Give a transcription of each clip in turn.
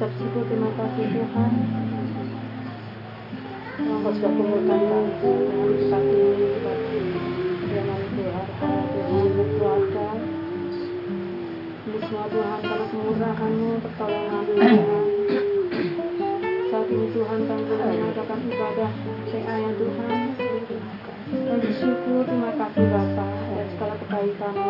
mengucap syukur, terima kasih Tuhan. Engkau sudah kumpulkan kami dengan pagi ini bagi dengan keluarga, Tuhan berkeluarga. Ini semua Tuhan karena kemurahan-Mu, pertolongan Tuhan. Saat ini Tuhan kami boleh mengadakan ibadah PA ya Tuhan. Dan bersyukur, terima kasih Bapa atas segala kebaikan-Mu.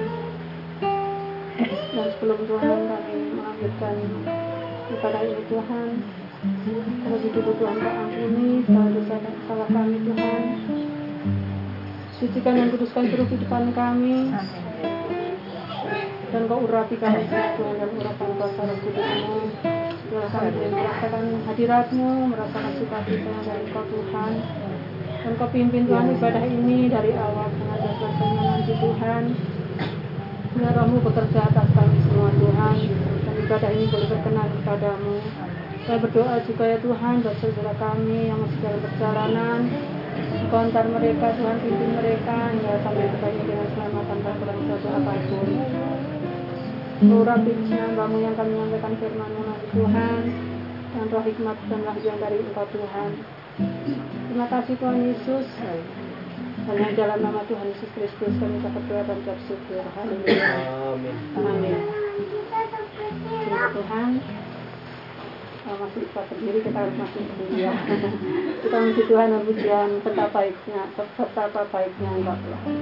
Dan sebelum Tuhan kami melanjutkan ibadah ini Tuhan, kalau begitu Tuhan Kau ampuni segala dosa dan salah kami Tuhan. Sucikan dan kuduskan seluruh kehidupan kami. Dan Kau urapi kami Tuhan dan urapan kuasa Roh Kudus-Mu. Biarlah kami boleh merasakan hadirat-Mu, merasakan sukacita dari Kau Tuhan. Dan Kau pimpin Tuhan ibadah ini dari awal sampai selesainya nanti Tuhan. Biar Roh-Mu bekerja atas kami semua Tuhan. Dan ibadah ini boleh berkenan kepadamu. Saya berdoa juga ya Tuhan buat saudara kami yang masih dalam perjalanan. Engkau antar mereka Tuhan, pimpin mereka hingga sampai kebahagiaan dengan selamat tanpa kurang suatu apapun. Urapi hamba-Mu yang kami menyampaikan firman-Mu nanti Tuhan. Dan roh hikmat dan wahyu dari Engkau Tuhan. Terima kasih Tuhan Yesus. Hanya dalam nama Tuhan Yesus Kristus kami berdoa dan ucap syukur. Haleluya. Amin. Terima Tuhan. Masih bisa berdiri, kita harus masih berdiri ya. Kita memuji Tuhan dan pujian betapa baiknya Engkau Tuhan.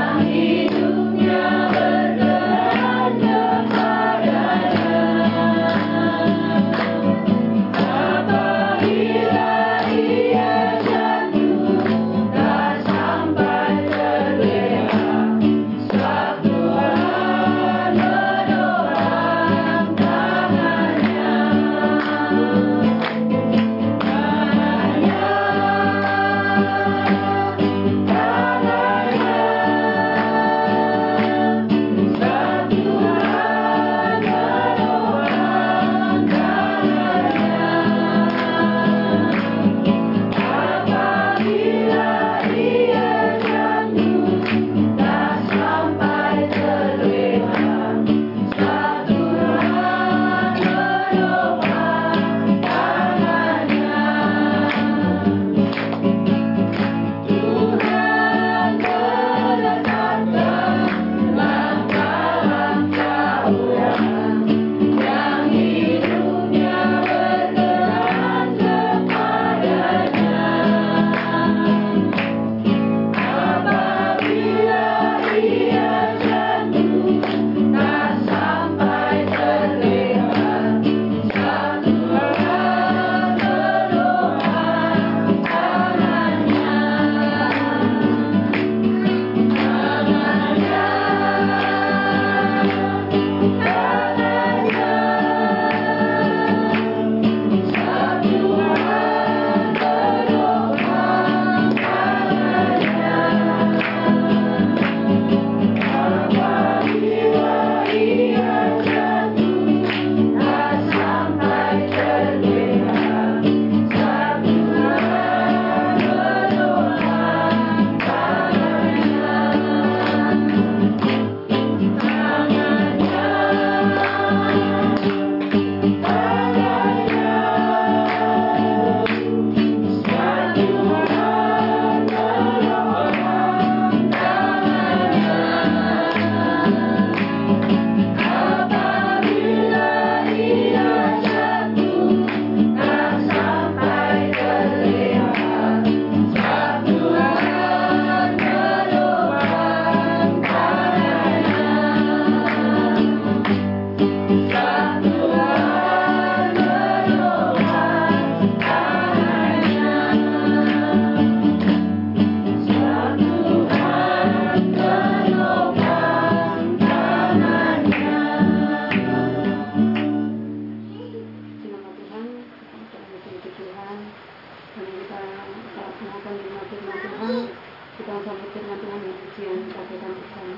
Hidupnya bergerak firman Tuhan. Kita sambut firman Tuhan yang suci yang disampaikan bersama.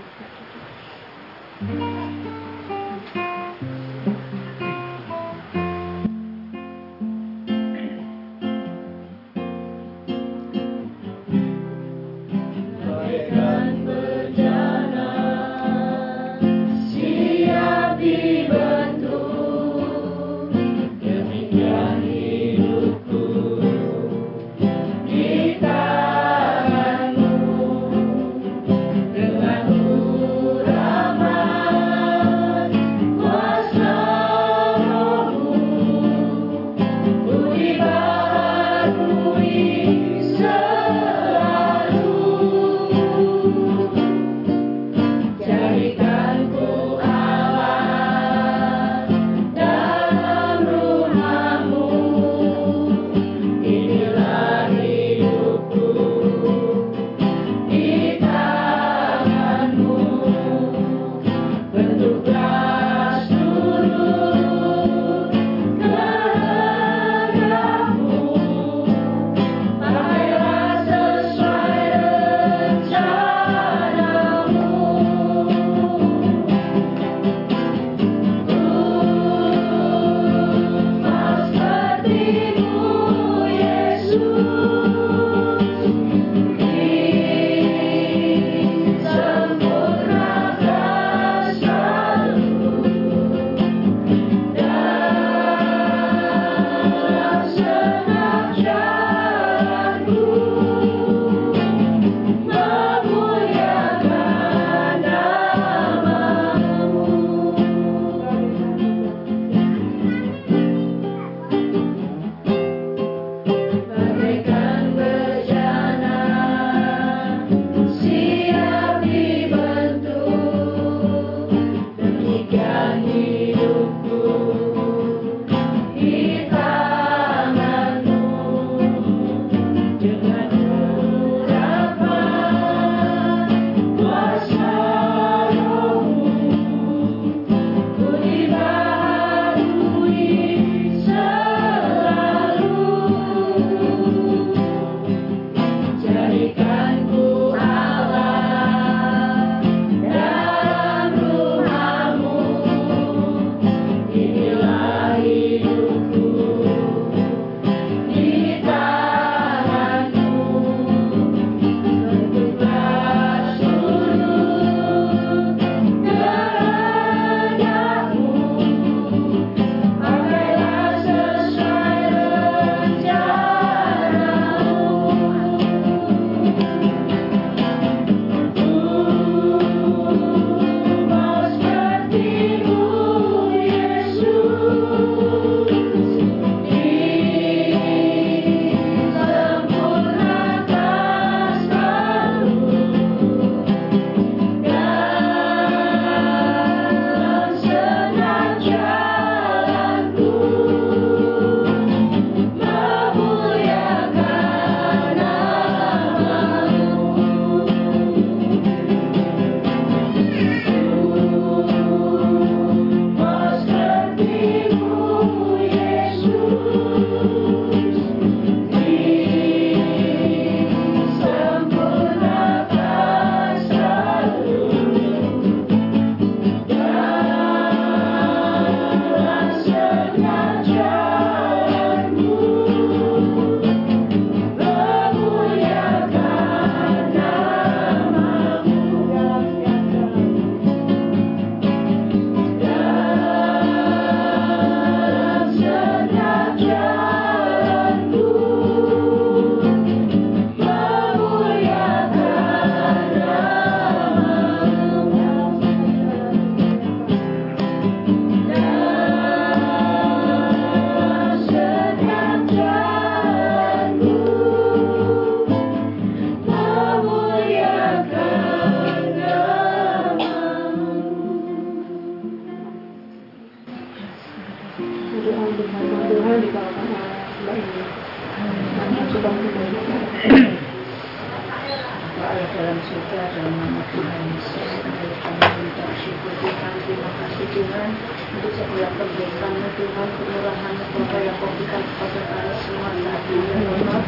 dalam surga dalam nama Tuhan Yesus. Kami minta syukur Tuhan, terima kasih Tuhan untuk setiap kebaikan-Mu Tuhan, kemurahan-Mu Bapa yang Kau berikan kepada kami semua saat ini.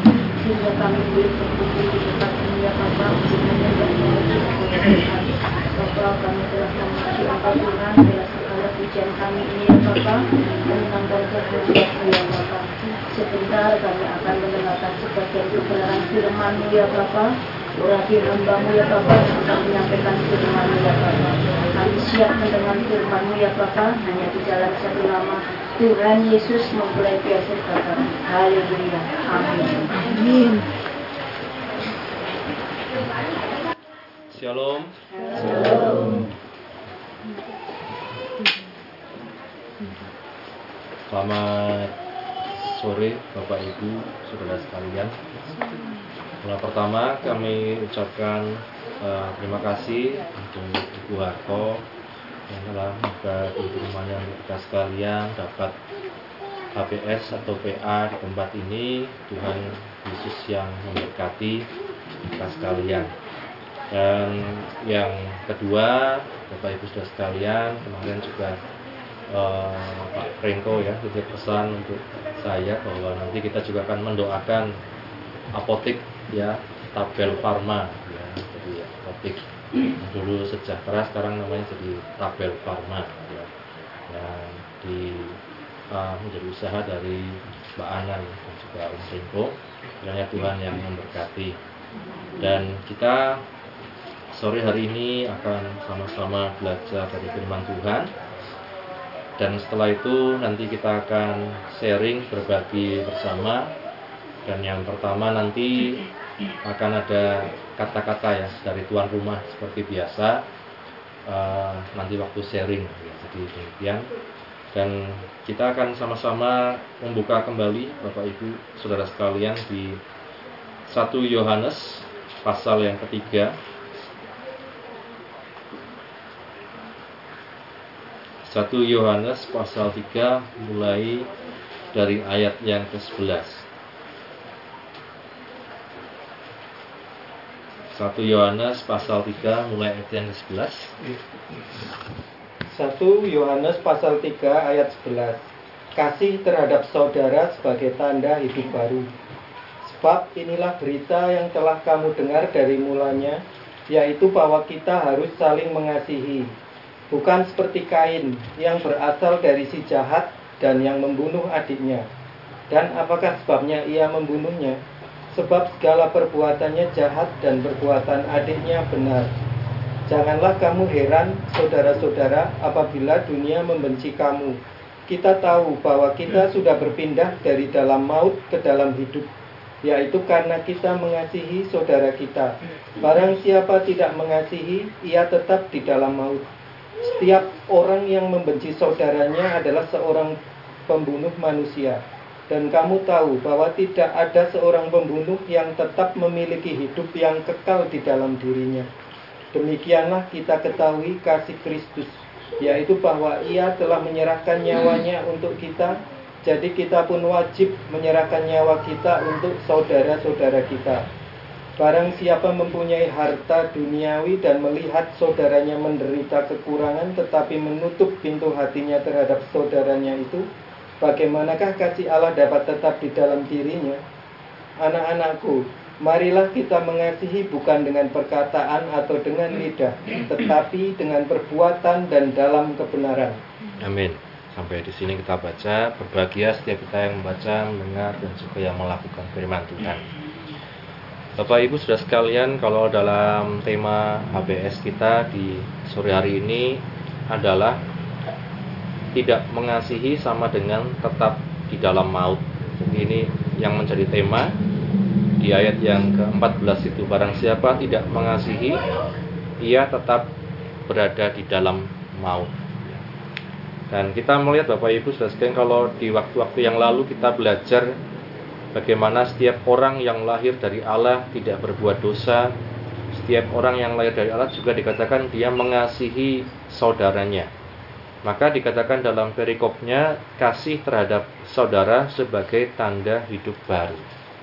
sehingga kami boleh berkumpul di dekat-Mu ya Bapa, untuk menyembah-Mu ya Tuhan. Bapa, kami telah memuji Engkau Tuhan, bila segala pujian kami ini ya Bapa, tentang darjat pujian-Mu ya Bapa. Sebentar kami akan mendengarkan sebagian kebenaran firman-Mu ya Bapa. Urapi hamba-Mu ya Bapa, yang akan menyampaikan firman-Mu ya Bapa. Kami siap mendengar firman-Mu ya Bapa, hanya di dalam satu nama Tuhan Yesus mempelai biasa kata. Haleluya. Amin. Amin. Shalom. Shalom. Selamat sore Bapak Ibu, saudara sekalian. Yang pertama kami ucapkan terima kasih untuk Ibu Harto yang telah membuka pintu rumahnya untuk kita sekalian dapat HBS atau PA di tempat ini. Tuhan Yesus yang memberkati kita sekalian. Dan yang kedua, Bapak Ibu saudara sekalian, kemarin juga Pak Rengko ya titip pesan untuk saya bahwa nanti kita juga akan mendoakan apotik ya, Tabel Pharma ya, jadi apotik dulu Sejahtera, sekarang namanya jadi Tabel Pharma ya, yang menjadi usaha dari Mbak Ana dan juga Om Rengko. Kiranya Tuhan yang memberkati. Dan kita sore hari ini akan sama-sama belajar dari firman Tuhan. Dan setelah itu nanti kita akan sharing, berbagi bersama. Dan yang pertama nanti akan ada kata-kata ya dari tuan rumah seperti biasa. Nanti waktu sharing ya, jadi demikian. Dan kita akan sama-sama membuka kembali Bapak Ibu saudara sekalian di 1 Yohanes pasal yang ketiga. 1 Yohanes pasal 3 mulai dari ayat yang ke-11. 1 Yohanes pasal 3 mulai ayat yang ke-11. 1 Yohanes pasal 3 ayat 11. Kasih terhadap saudara sebagai tanda hidup baru. Sebab inilah berita yang telah kamu dengar dari mulanya, yaitu bahwa kita harus saling mengasihi. Bukan seperti Kain yang berasal dari si jahat dan yang membunuh adiknya. Dan apakah sebabnya ia membunuhnya? Sebab segala perbuatannya jahat dan perbuatan adiknya benar. Janganlah kamu heran, saudara-saudara, apabila dunia membenci kamu. Kita tahu bahwa kita sudah berpindah dari dalam maut ke dalam hidup, yaitu karena kita mengasihi saudara kita. Barang siapa tidak mengasihi, ia tetap di dalam maut. Setiap orang yang membenci saudaranya adalah seorang pembunuh manusia. Dan kamu tahu bahwa tidak ada seorang pembunuh yang tetap memiliki hidup yang kekal di dalam dirinya. Demikianlah kita ketahui kasih Kristus, yaitu bahwa ia telah menyerahkan nyawanya untuk kita. Jadi kita pun wajib menyerahkan nyawa kita untuk saudara-saudara kita. Barang siapa mempunyai harta duniawi dan melihat saudaranya menderita kekurangan, tetapi menutup pintu hatinya terhadap saudaranya itu, bagaimanakah kasih Allah dapat tetap di dalam dirinya? Anak-anakku, marilah kita mengasihi bukan dengan perkataan atau dengan lidah, tetapi dengan perbuatan dan dalam kebenaran. Amin. Sampai di sini kita baca. Berbahagia setiap kita yang membaca, mendengar, dan juga yang melakukan firman Tuhan. Bapak Ibu saudara sekalian, kalau dalam tema HBS kita di sore hari ini adalah tidak mengasihi sama dengan tetap di dalam maut. Jadi ini yang menjadi tema di ayat yang ke-14 itu. Barang siapa tidak mengasihi, ia tetap berada di dalam maut. Dan kita melihat Bapak Ibu saudara sekalian, kalau di waktu-waktu yang lalu kita belajar bagaimana setiap orang yang lahir dari Allah tidak berbuat dosa. Setiap orang yang lahir dari Allah juga dikatakan dia mengasihi saudaranya. Maka dikatakan dalam perikopnya, kasih terhadap saudara sebagai tanda hidup baru.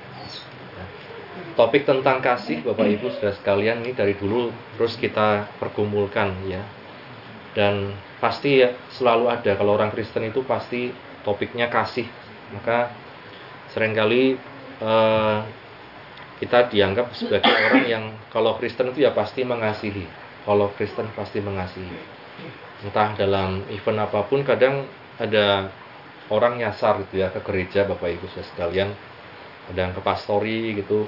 Topik tentang kasih Bapak Ibu saudara sekalian ini dari dulu terus kita pergumulkan ya. Dan pasti ya, selalu ada, kalau orang Kristen itu pasti topiknya kasih. Maka seringkali kita dianggap sebagai orang yang kalau Kristen itu ya pasti mengasihi. Kalau Kristen pasti mengasihi. Entah dalam event apapun, kadang ada orang nyasar gitu ya ke gereja, Bapak Ibu saudara sekalian, kadang ke pastori gitu.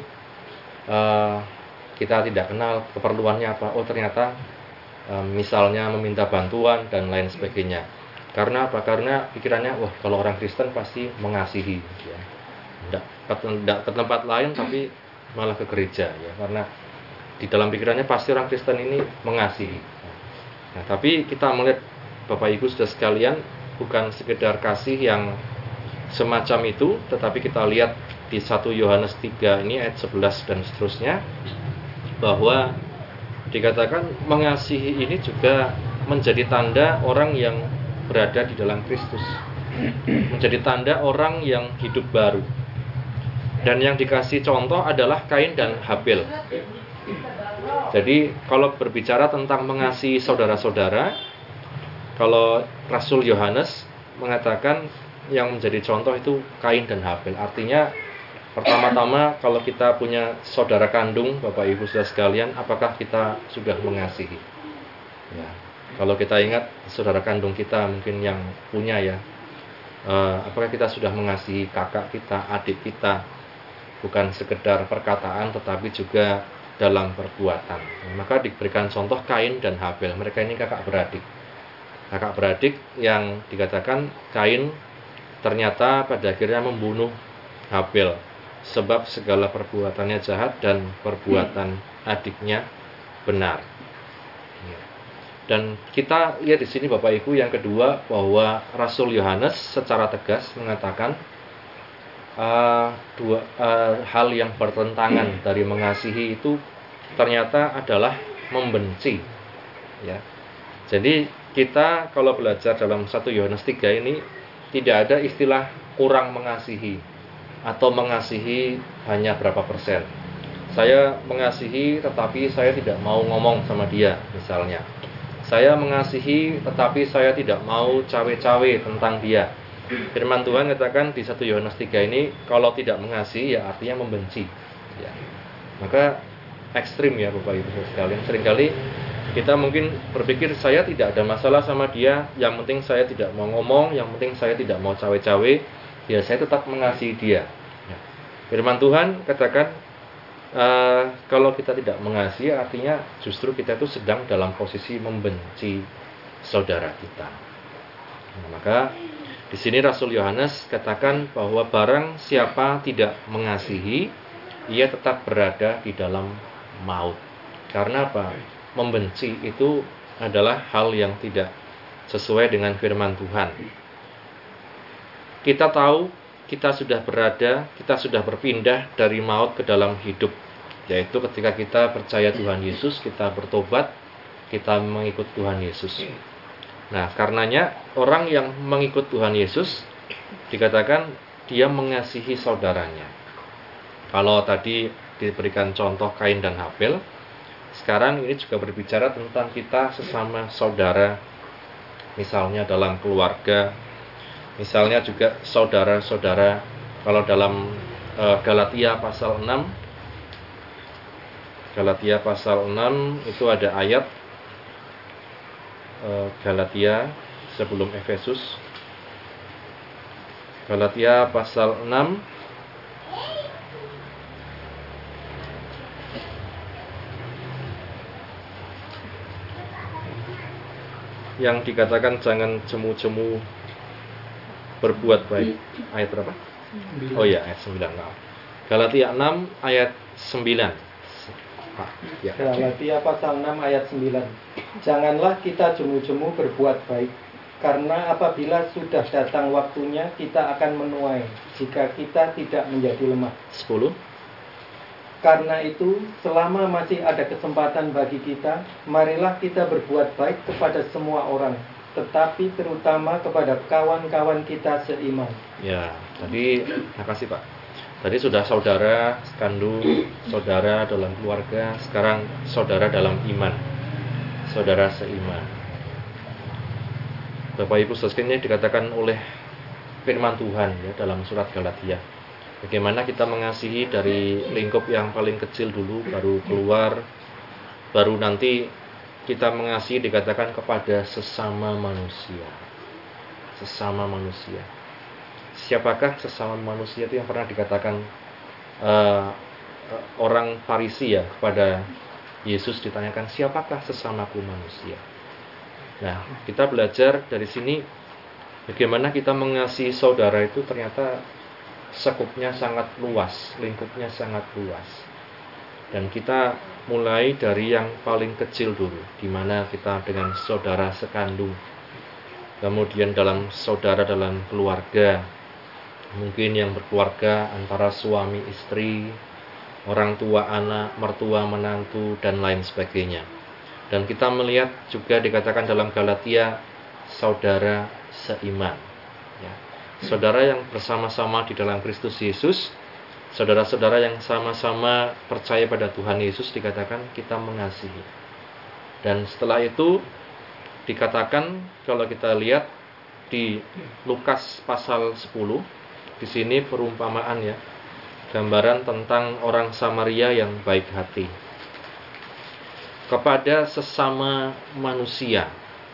Kita tidak kenal keperluannya apa. Oh ternyata misalnya meminta bantuan dan lain sebagainya. Karena apa? Karena pikirannya, wah kalau orang Kristen pasti mengasihi ya. Tidak ke tempat lain tapi malah ke gereja ya, karena di dalam pikirannya pasti orang Kristen ini mengasihi. Nah, tapi kita melihat Bapak Ibu saudara sekalian, bukan sekedar kasih yang semacam itu, tetapi kita lihat di 1 Yohanes 3 ini ayat 11 dan seterusnya, bahwa dikatakan mengasihi ini juga menjadi tanda orang yang berada di dalam Kristus, menjadi tanda orang yang hidup baru. Dan yang dikasih contoh adalah Kain dan Habel. Jadi kalau berbicara tentang mengasihi saudara-saudara, kalau Rasul Yohanes mengatakan yang menjadi contoh itu Kain dan Habel. Artinya pertama-tama kalau kita punya saudara kandung, Bapak Ibu saudara sekalian, apakah kita sudah mengasihi? Ya, kalau kita ingat saudara kandung kita mungkin yang punya ya, apakah kita sudah mengasihi kakak kita, adik kita? Bukan sekedar perkataan tetapi juga dalam perbuatan. Maka diberikan contoh Kain dan Habel. Mereka ini kakak beradik. Kakak beradik yang dikatakan Kain ternyata pada akhirnya membunuh Habel sebab segala perbuatannya jahat dan perbuatan adiknya benar. Dan kita lihat di sini Bapak Ibu yang kedua bahwa Rasul Yohanes secara tegas mengatakan hal yang bertentangan dari mengasihi itu ternyata adalah membenci ya. Jadi kita kalau belajar dalam 1 Yohanes 3 ini tidak ada istilah kurang mengasihi atau mengasihi hanya berapa persen. Saya mengasihi tetapi saya tidak mau ngomong sama dia misalnya. Saya mengasihi tetapi saya tidak mau cawe-cawe tentang dia. Firman Tuhan katakan di 1 Yohanes 3 ini, kalau tidak mengasihi ya artinya membenci ya. Maka ekstrim ya Bapak Ibu sekalian. Seringkali kita mungkin berpikir saya tidak ada masalah sama dia, yang penting saya tidak mau ngomong, yang penting saya tidak mau cawe-cawe, ya saya tetap mengasihi dia ya. Firman Tuhan katakan kalau kita tidak mengasihi artinya justru kita itu sedang dalam posisi membenci saudara kita. Nah, maka di sini Rasul Yohanes katakan bahwa barang siapa tidak mengasihi, ia tetap berada di dalam maut. Karena apa? Membenci itu adalah hal yang tidak sesuai dengan firman Tuhan. Kita tahu kita sudah berpindah dari maut ke dalam hidup, yaitu ketika kita percaya Tuhan Yesus, kita bertobat, kita mengikut Tuhan Yesus. Nah, karenanya orang yang mengikut Tuhan Yesus dikatakan dia mengasihi saudaranya. Kalau tadi diberikan contoh Kain dan Habel, sekarang ini juga berbicara tentang kita sesama saudara, misalnya dalam keluarga, misalnya juga saudara-saudara. Kalau dalam Galatia pasal 6, Galatia pasal 6 itu ada ayat Galatia sebelum Efesus. Galatia pasal 6 yang dikatakan jangan jemu-jemu berbuat baik. Ayat berapa? Oh ya, ayat 9. Galatia 6 ayat 9. Ya. Galatia pasal 6 ayat 9. Janganlah kita jemu-jemu berbuat baik, karena apabila sudah datang waktunya kita akan menuai jika kita tidak menjadi lemah. 10. Karena itu selama masih ada kesempatan bagi kita, marilah kita berbuat baik kepada semua orang, tetapi terutama kepada kawan-kawan kita seiman. Ya, tadi makasih Pak. Tadi sudah saudara kandung, saudara dalam keluarga, sekarang saudara dalam iman, saudara seiman. Bapak Ibu saudara ini dikatakan oleh firman Tuhan ya dalam surat Galatia Bagaimana kita mengasihi dari lingkup yang paling kecil dulu, baru keluar, baru nanti kita mengasihi dikatakan kepada sesama manusia. Sesama manusia. Siapakah sesama manusia itu yang pernah dikatakan orang Farisi ya kepada Yesus, ditanyakan siapakah sesamaku manusia. Nah, kita belajar dari sini bagaimana kita mengasihi saudara itu ternyata sekupnya sangat luas, lingkupnya sangat luas. Dan kita mulai dari yang paling kecil dulu, di mana kita dengan saudara sekandung. Kemudian dalam saudara dalam keluarga, mungkin yang berkeluarga antara suami istri, orang tua anak, mertua menantu, dan lain sebagainya. Dan kita melihat juga dikatakan dalam Galatia, saudara seiman. Ya. Saudara yang bersama-sama di dalam Kristus Yesus, saudara-saudara yang sama-sama percaya pada Tuhan Yesus, dikatakan kita mengasihi. Dan setelah itu dikatakan, kalau kita lihat di Lukas pasal 10, di sini perumpamaan ya, gambaran tentang orang Samaria yang baik hati kepada sesama manusia.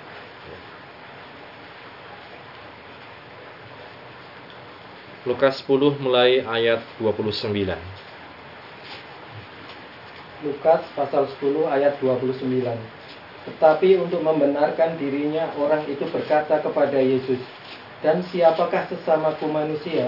Lukas 10 mulai ayat 29. Lukas pasal 10 ayat 29. Tetapi untuk membenarkan dirinya, orang itu berkata kepada Yesus, "Dan siapakah sesamaku manusia?"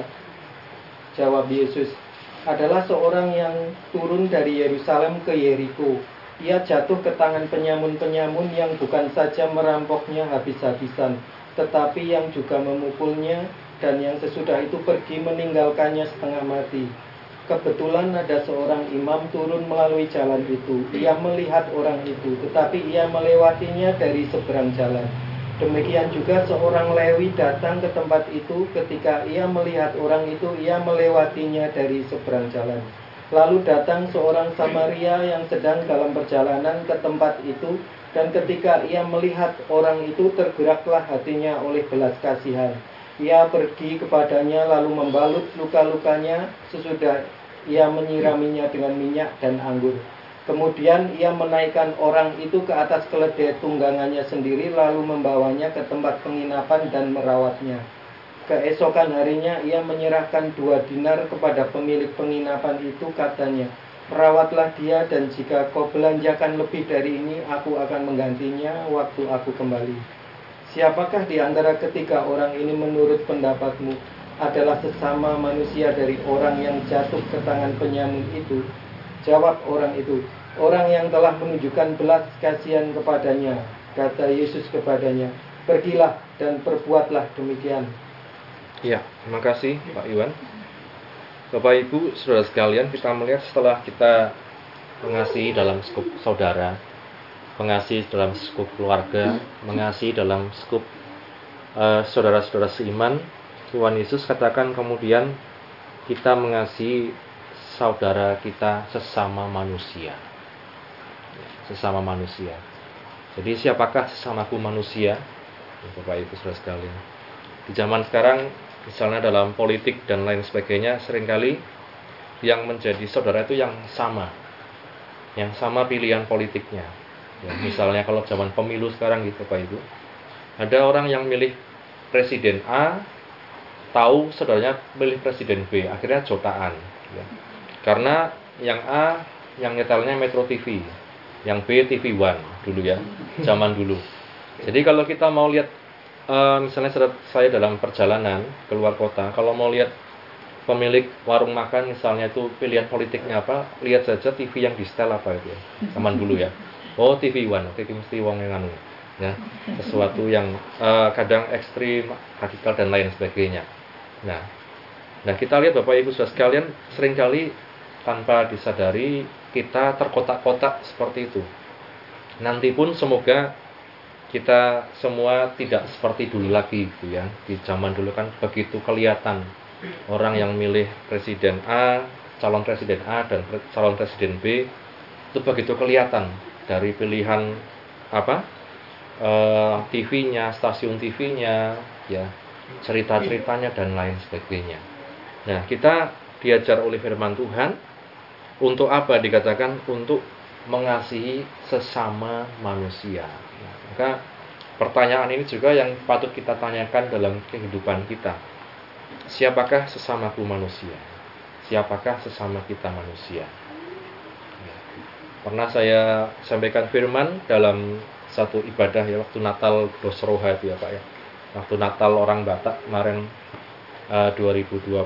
Jawab Yesus, "Adalah seorang yang turun dari Yerusalem ke Yeriko. Ia jatuh ke tangan penyamun-penyamun yang bukan saja merampoknya habis-habisan, tetapi yang juga memukulnya, dan yang sesudah itu pergi meninggalkannya setengah mati. Kebetulan ada seorang imam turun melalui jalan itu. Ia melihat orang itu, tetapi ia melewatinya dari seberang jalan. Demikian juga seorang Lewi datang ke tempat itu. Ketika ia melihat orang itu, ia melewatinya dari seberang jalan. Lalu datang seorang Samaria yang sedang dalam perjalanan ke tempat itu, dan ketika ia melihat orang itu, tergeraklah hatinya oleh belas kasihan. Ia pergi kepadanya lalu membalut luka-lukanya, sesudah ia menyiraminya dengan minyak dan anggur. Kemudian ia menaikkan orang itu ke atas keledai tunggangannya sendiri, lalu membawanya ke tempat penginapan dan merawatnya. Keesokan harinya ia menyerahkan 2 dinar kepada pemilik penginapan itu, katanya, "Rawatlah dia, dan jika kau belanjakan lebih dari ini, aku akan menggantinya waktu aku kembali." Siapakah di antara ketiga orang ini menurut pendapatmu adalah sesama manusia dari orang yang jatuh ke tangan penyamun itu? Jawab orang itu, "Orang yang telah menunjukkan belas kasihan kepadanya." Kata Yesus kepadanya, "Pergilah dan perbuatlah demikian." Ya, terima kasih Pak Iwan. Bapak Ibu, saudara sekalian, kita melihat setelah kita mengasihi dalam skup saudara, mengasihi dalam skup keluarga, mengasihi dalam skup saudara-saudara seiman, Tuhan Yesus katakan kemudian kita mengasihi saudara kita sesama manusia. Sesama manusia. Jadi siapakah sesamaku manusia? Bapak Ibu saudara sekalian. Di zaman sekarang, misalnya dalam politik dan lain sebagainya, seringkali yang menjadi saudara itu yang sama pilihan politiknya. Ya, misalnya kalau zaman pemilu sekarang gitu Pak Ibu, ada orang yang milih presiden A, tahu saudaranya milih presiden B, akhirnya jotaan. Ya. Karena yang A, yang nyetelnya Metro TV, yang B TV One dulu ya, zaman dulu. Jadi kalau kita mau lihat, misalnya saya dalam perjalanan keluar kota, kalau mau lihat pemilik warung makan misalnya itu pilihan politiknya apa, lihat saja TV yang di setel apa itu ya, zaman dulu ya. Oh, TV One, oke, mesti wong yang anu ya, sesuatu yang kadang ekstrim, radikal dan lain sebagainya. Nah kita lihat Bapak Ibu saudara sekalian, seringkali tanpa disadari kita terkotak-kotak seperti itu. Nanti pun semoga kita semua tidak seperti dulu lagi gitu ya. Di zaman dulu kan begitu kelihatan orang yang milih presiden A, calon presiden A dan calon presiden B, itu begitu kelihatan dari pilihan TV-nya, stasiun TV-nya, ya, cerita-ceritanya dan lain sebagainya. Nah, kita diajar oleh firman Tuhan. Untuk apa dikatakan? Untuk mengasihi sesama manusia. Nah, maka pertanyaan ini juga yang patut kita tanyakan dalam kehidupan kita. Siapakah sesamaku manusia? Siapakah sesama kita manusia? Pernah saya sampaikan firman dalam satu ibadah ya, waktu Natal Dosroha itu ya Pak ya. Waktu Natal orang Batak kemarin 2022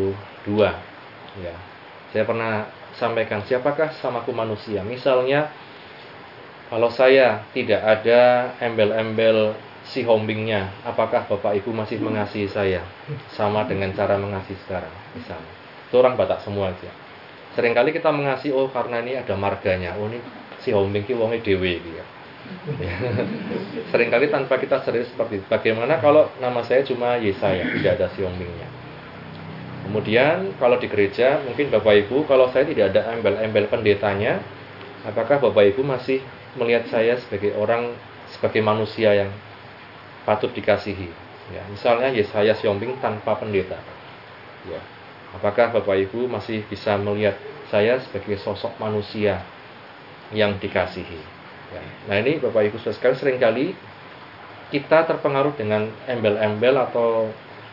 ya. Saya pernah sampaikan, siapakah samaku manusia? Misalnya kalau saya tidak ada embel-embel si hombingnya, apakah Bapak Ibu masih mengasihi saya sama dengan cara mengasihi sekarang? Misalnya itu orang Batak semua aja. Seringkali kita mengasihi, oh karena ini ada marganya, oh ini si hombing ki wonge dhewe gitu ya. Seringkali tanpa kita serius seperti itu. Bagaimana kalau nama saya cuma Yesaya, tidak ada si hombingnya? Kemudian kalau di gereja, mungkin Bapak Ibu, kalau saya tidak ada embel-embel pendetanya, apakah Bapak Ibu masih melihat saya sebagai orang, sebagai manusia yang patut dikasihi? Ya, misalnya Yesaya Siombing tanpa pendeta. Ya, apakah Bapak Ibu masih bisa melihat saya sebagai sosok manusia yang dikasihi? Ya. Nah ini Bapak Ibu saudara sekalian, seringkali kita terpengaruh dengan embel-embel atau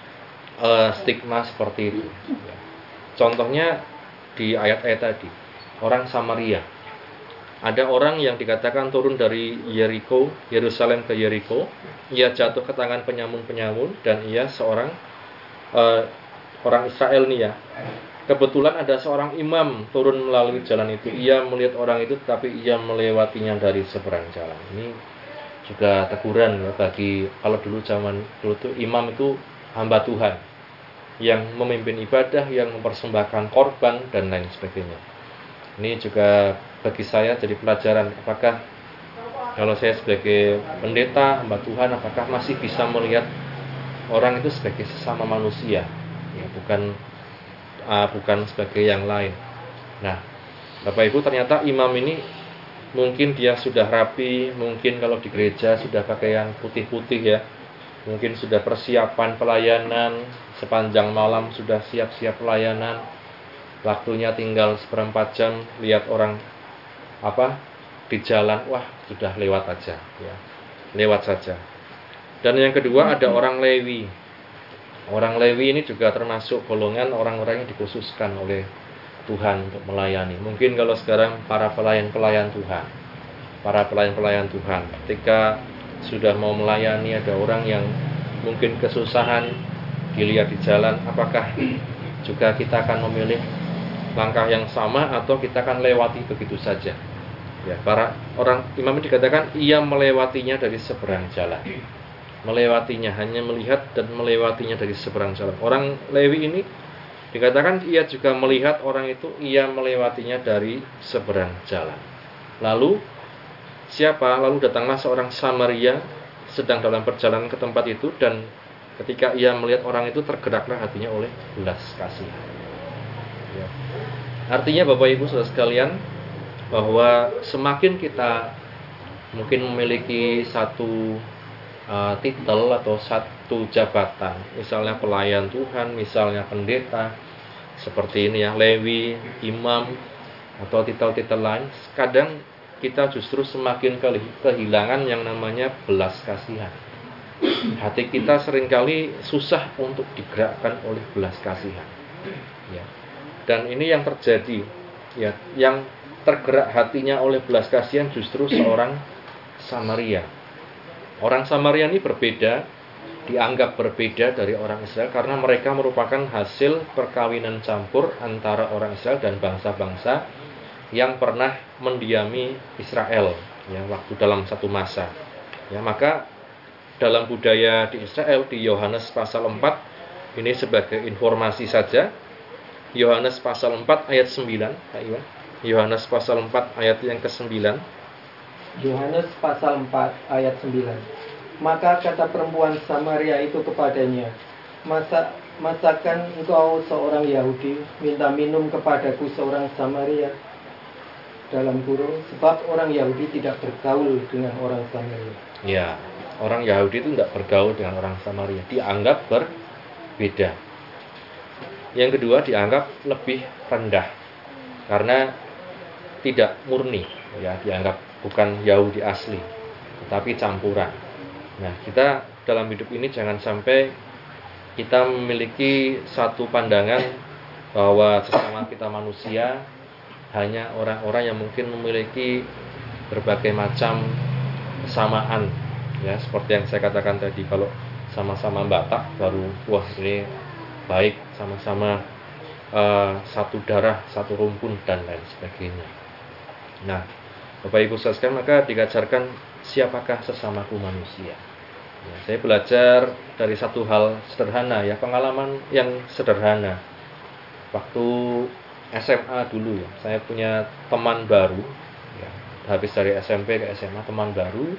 stigma seperti itu. Ya. Contohnya di ayat-ayat tadi, orang Samaria. Ada orang yang dikatakan turun dari Yeriko, Yerusalem ke Yeriko. Ia jatuh ke tangan penyamun-penyamun dan ia seorang orang Israel nih ya. Kebetulan ada seorang imam turun melalui jalan itu. Ia melihat orang itu, tapi ia melewatinya dari seberang jalan. Ini juga teguran ya bagi, kalau dulu zaman dulu tuh imam itu hamba Tuhan yang memimpin ibadah, yang mempersembahkan korban dan lain sebagainya. Ini juga bagi saya jadi pelajaran, apakah kalau saya sebagai pendeta, hamba Tuhan, apakah masih bisa melihat orang itu sebagai sesama manusia, ya, bukan sebagai yang lain. Nah, Bapak Ibu, ternyata imam ini mungkin dia sudah rapi, mungkin kalau di gereja sudah pakaian putih-putih ya, mungkin sudah persiapan pelayanan, sepanjang malam sudah siap-siap pelayanan, waktunya tinggal 1/4 jam, lihat orang di jalan, wah sudah lewat aja ya, lewat saja. Dan yang kedua ada orang Lewi. Orang Lewi ini juga termasuk golongan orang-orang yang dikhususkan oleh Tuhan untuk melayani. Mungkin kalau sekarang para pelayan-pelayan Tuhan, ketika sudah mau melayani, ada orang yang mungkin kesusahan dilihat di jalan, apakah juga kita akan memilih langkah yang sama atau kita akan lewati begitu saja? Ya, para orang imam ini dikatakan ia melewatinya dari seberang jalan. Melewatinya, hanya melihat dan melewatinya dari seberang jalan. Orang Lewi ini dikatakan ia juga melihat orang itu, ia melewatinya dari seberang jalan. Lalu siapa? Lalu datanglah seorang Samaria sedang dalam perjalanan ke tempat itu, dan ketika ia melihat orang itu, tergeraklah hatinya oleh belas kasihan. Ya. Artinya Bapak Ibu saudara sekalian, bahwa semakin kita mungkin memiliki satu titel atau satu jabatan, misalnya pelayan Tuhan, misalnya pendeta, seperti ini ya, Lewi, imam, atau titel-titel lain, kadang kita justru semakin kehilangan yang namanya belas kasihan. Hati kita seringkali susah untuk digerakkan oleh belas kasihan ya. Dan ini yang terjadi ya, yang tergerak hatinya oleh belas kasihan justru seorang Samaria. Orang Samaria ini berbeda, dianggap berbeda dari orang Israel karena mereka merupakan hasil perkawinan campur antara orang Israel dan bangsa-bangsa yang pernah mendiami Israel ya, waktu dalam satu masa ya. Maka dalam budaya di Israel, di Yohanes pasal 4, ini sebagai informasi saja, Yohanes pasal 4 ayat 9, Pak Iwan. Yohanes pasal 4 ayat yang ke-9. Yohanes pasal 4 ayat 9. Maka kata perempuan Samaria itu kepadanya, masakan engkau seorang Yahudi minta minum kepadaku seorang Samaria? Dalam kurung, sebab orang Yahudi tidak bergaul dengan orang Samaria. Ya, orang Yahudi itu tidak bergaul dengan orang Samaria, dianggap berbeda. Yang kedua dianggap lebih rendah karena tidak murni, ya, dianggap bukan Yahudi asli, tetapi campuran. Nah, kita dalam hidup ini jangan sampai kita memiliki satu pandangan bahwa sesama kita manusia hanya orang-orang yang mungkin memiliki berbagai macam kesamaan, ya, seperti yang saya katakan tadi, kalau sama-sama Batak baru wah ini baik, sama-sama satu darah, satu rumpun dan lain sebagainya. Nah, Bapak Ibu sekalian, maka diajarkan siapakah sesamaku manusia. Ya, saya belajar dari satu hal sederhana, ya, pengalaman yang sederhana. Waktu SMA dulu, ya, saya punya teman baru, ya, habis dari SMP ke SMA, teman baru.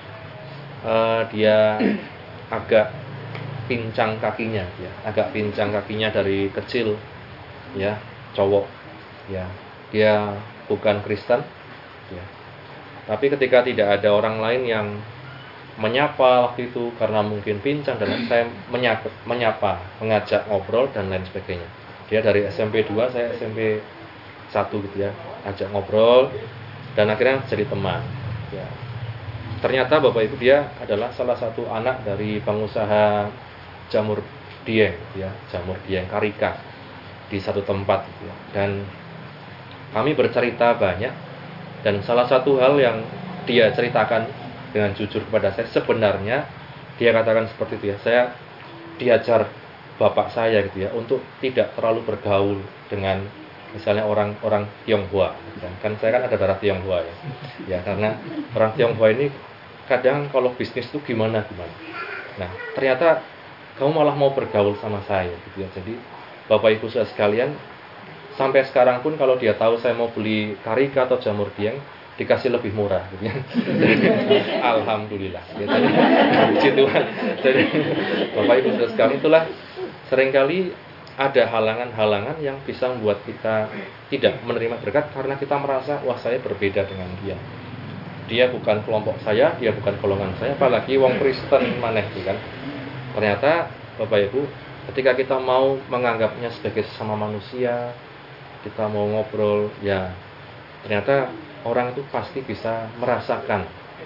Dia agak pincang kakinya, ya, agak pincang kakinya dari kecil, ya, cowok, ya, dia bukan Kristen, ya. Tapi ketika tidak ada orang lain yang menyapa waktu itu karena mungkin pincang, dan saya menyapa, mengajak ngobrol dan lain sebagainya. Dia dari SMP 2, saya SMP 1 gitu, ya, ajak ngobrol dan akhirnya jadi teman, ya. Ternyata Bapak Ibu dia adalah salah satu anak dari pengusaha jamur dieng, ya, jamur dieng karika di satu tempat, ya. Dan kami bercerita banyak, dan salah satu hal yang dia ceritakan dengan jujur kepada saya, sebenarnya dia katakan seperti itu, ya, saya diajar bapak saya gitu, ya, untuk tidak terlalu bergaul dengan misalnya orang-orang Tionghoa, kan saya kan ada darah Tionghoa, ya, ya, karena orang Tionghoa ini kadang kalau bisnis itu gimana. Nah, ternyata kamu malah mau bergaul sama saya gitu, ya. Jadi Bapak Ibu sekalian, sampai sekarang pun kalau dia tahu saya mau beli karika atau jamur dieng, dikasih lebih murah gitu, ya. Alhamdulillah, ya. Jadi Bapak Ibu sekalian, itulah seringkali ada halangan-halangan yang bisa membuat kita tidak menerima berkat karena kita merasa, wah, saya berbeda dengan dia. Dia bukan kelompok saya, dia bukan golongan saya, apalagi wong Kristen maneh itu kan. Ternyata Bapak Ibu, ketika kita mau menganggapnya sebagai sesama manusia, kita mau ngobrol, ya, ternyata orang itu pasti bisa merasakan,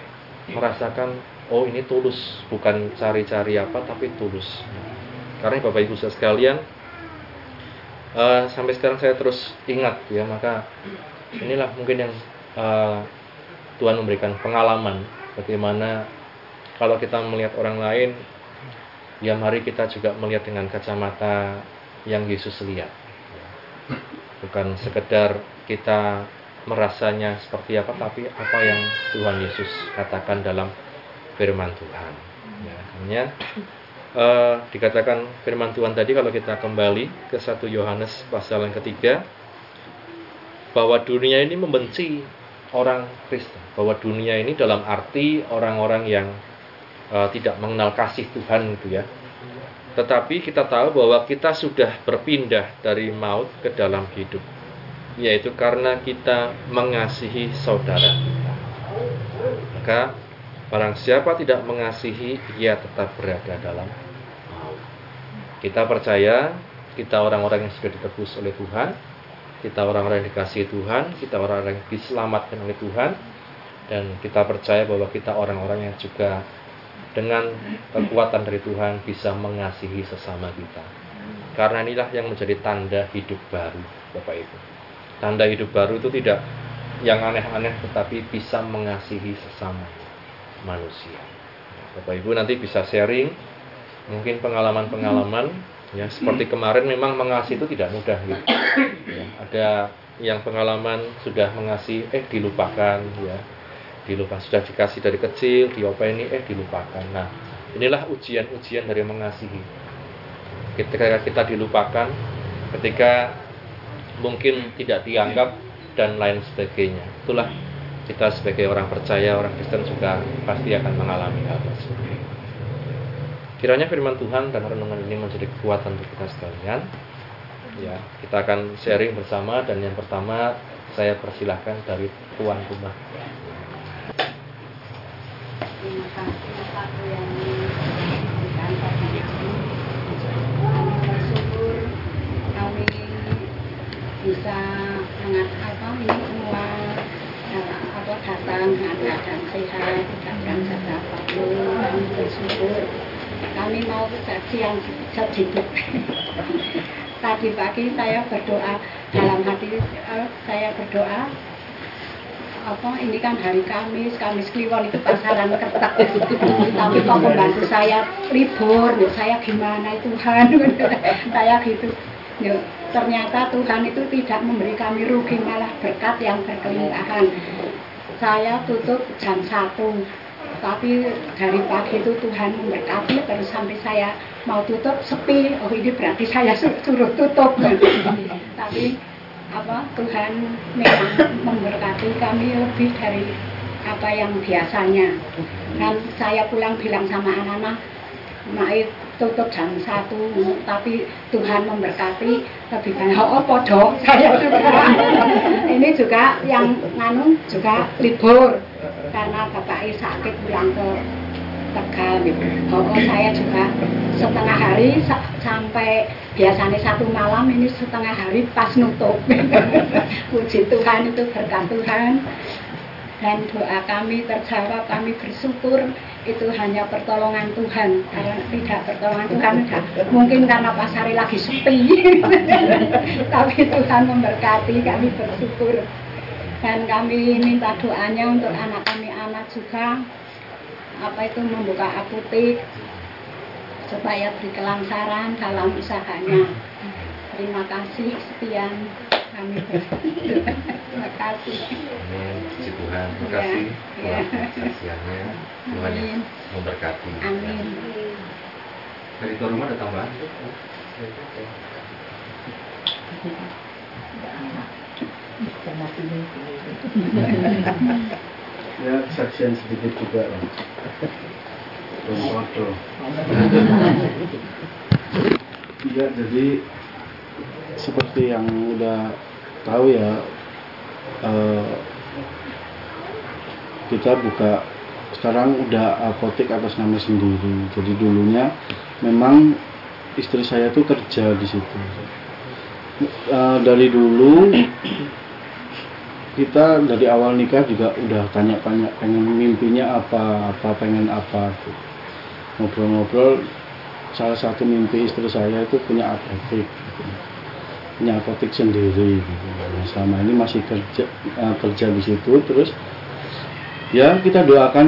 oh, ini tulus, bukan cari-cari apa, tapi tulus. Karena Bapak Ibu sekalian, sampai sekarang saya terus ingat, ya, maka inilah mungkin yang Tuhan memberikan pengalaman bagaimana kalau kita melihat orang lain, ya, mari kita juga melihat dengan kacamata yang Yesus lihat. Bukan sekedar kita merasanya seperti apa, tapi apa yang Tuhan Yesus katakan dalam firman Tuhan. Ya, hanya dikatakan firman Tuhan tadi, kalau kita kembali ke 1 Yohanes pasal yang ketiga, bahwa dunia ini membenci orang Kristen, bahwa dunia ini dalam arti orang-orang yang tidak mengenal kasih Tuhan itu, ya. Tetapi kita tahu bahwa kita sudah berpindah dari maut ke dalam hidup, yaitu karena kita mengasihi saudara kita. Maka barang siapa tidak mengasihi, ia tetap berada dalam maut. Kita percaya kita orang-orang yang sudah ditebus oleh Tuhan, kita orang-orang yang dikasihi Tuhan, kita orang-orang yang diselamatkan oleh Tuhan, dan kita percaya bahwa kita orang-orang yang juga dengan kekuatan dari Tuhan bisa mengasihi sesama kita. Karena inilah yang menjadi tanda hidup baru, Bapak Ibu. Tanda hidup baru itu tidak yang aneh-aneh, tetapi bisa mengasihi sesama manusia. Bapak Ibu nanti bisa sharing mungkin pengalaman-pengalaman, ya, seperti kemarin memang mengasihi itu tidak mudah, gitu. Ya, ada yang pengalaman sudah mengasihi dilupakan, ya, dilupakan, sudah dikasih dari kecil, diopeni dilupakan. Nah, inilah ujian-ujian dari mengasihi. Ketika kita dilupakan, ketika mungkin tidak dianggap dan lain sebagainya, itulah kita sebagai orang percaya, orang Kristen juga pasti akan mengalami hal tersebut. Kiranya firman Tuhan dan renungan ini menjadi kekuatan untuk kita sekalian. Ya, kita akan sharing bersama, dan yang pertama saya persilahkan dari tuan rumah. Terima kasih Pak yang diberikan pada kami. Kami bersyukur bisa sangat ini semua datang dengan keadaan sehat, tidak berangkat apapun. Kami bersyukur. Kami mau saksi yang sedikit. Tadi pagi saya berdoa dalam hati, saya berdoa ini kan hari Kamis Kliwon itu pasaran Kertek, tapi kok pembantu saya libur, saya gimana Tuhan, saya gitu. Ternyata Tuhan itu tidak memberi kami rugi, malah berkat yang berkelimpahan. Saya tutup jam 1, tapi dari pagi itu Tuhan memberkati, terus sampai saya mau tutup sepi. Oh, ini berarti saya suruh tutup. Tapi Tuhan memang memberkati kami lebih dari apa yang biasanya. Dan saya pulang bilang sama anak-anak, Mak tutup jam 1, tapi Tuhan memberkati lebih banyak. Podo saya juga. Ini juga yang juga libur karena Bapak sakit pulang ke Tegal. Saya juga setengah hari sampai biasanya 1 malam, ini setengah hari pas nutup. Puji Tuhan, itu berkat Tuhan. Dan doa kami terjawab, kami bersyukur. Itu hanya pertolongan Tuhan. Kalau tidak pertolongan Tuhan, mungkin karena pasar lagi sepi. Tapi Tuhan memberkati, kami bersyukur. Dan kami minta doanya untuk anak kami juga, membuka apotek supaya beri kelangsaran dalam usahanya. Terima kasih, sekian kami terima kasih. Amin, puji Tuhan. Terima kasih buat kesaksiannya. Tuhan yang memberkati. Amin. Dari tuan rumah ada tambahan? Ya, kesaksian sedikit juga. Foto. Ya, jadi seperti yang udah tahu ya, kita buka sekarang udah apotek atas nama sendiri. Jadi dulunya memang istri saya tuh kerja di situ. Dari dulu kita dari awal nikah juga udah tanya-tanya pengen mimpinya apa pengen apa tuh. Ngobrol-ngobrol, salah satu mimpi istri saya itu punya apotek gitu. Punya apotek sendiri gitu. Nah, selama ini masih kerja di situ. Terus ya kita doakan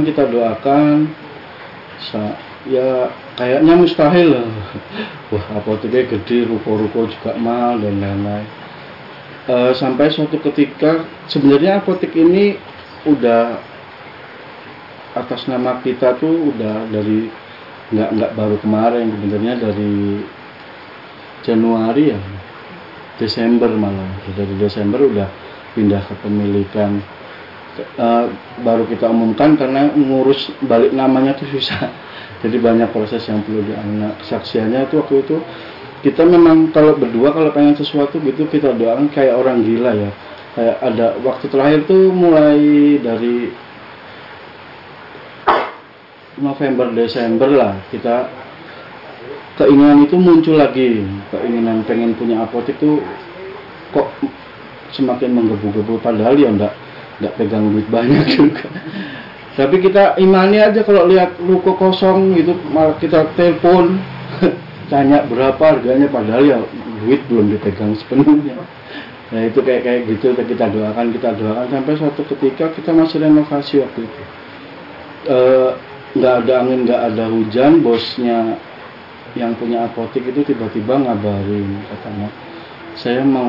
ya kayaknya mustahil lah. Wah, apoteknya gede, ruko-ruko juga mahal dan lain-lain. Sampai suatu ketika sebenarnya apotek ini udah atas nama kita tuh udah dari nggak baru kemarin, sebenarnya dari Januari ya, Desember malah. Dari Desember udah pindah ke pemilikan. Baru kita umumkan karena ngurus balik namanya tuh susah. Jadi banyak proses yang perlu dianak. Kesaksiannya itu waktu itu kita memang kalau berdua kalau pengen sesuatu gitu kita doakan kayak orang gila ya. Kayak ada waktu terakhir tuh mulai dari November Desember lah kita keinginan itu muncul lagi, keinginan pengen punya apotek tuh kok semakin menggebu-gebu, padahal ya enggak pegang duit banyak juga. Tapi kita imani aja kalau lihat ruko kosong gitu, malah kita telepon tanya berapa harganya, padahal ya duit belum dipegang sepenuhnya. Nah itu kayak gitu kita doakan sampai suatu ketika kita masih renovasi waktu itu. Nggak ada angin, nggak ada hujan, bosnya yang punya apotek itu tiba-tiba ngabarin, katanya saya mau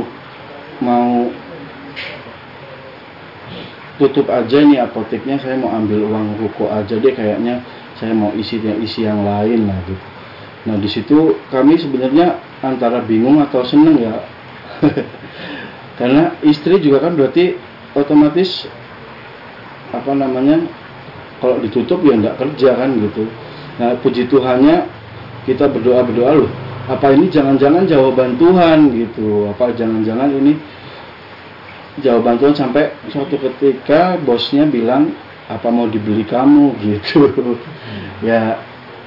tutup aja nih apoteknya, saya mau ambil uang ruko aja deh, kayaknya saya mau isi yang lain lah gitu. Nah di situ kami sebenarnya antara bingung atau seneng ya, karena istri juga kan berarti otomatis kalau ditutup ya enggak kerja kan gitu. Nah puji Tuhannya kita berdoa loh, apa ini jangan-jangan jawaban Tuhan gitu, apa jangan-jangan ini jawaban Tuhan, sampai suatu ketika bosnya bilang apa mau dibeli kamu gitu. Ya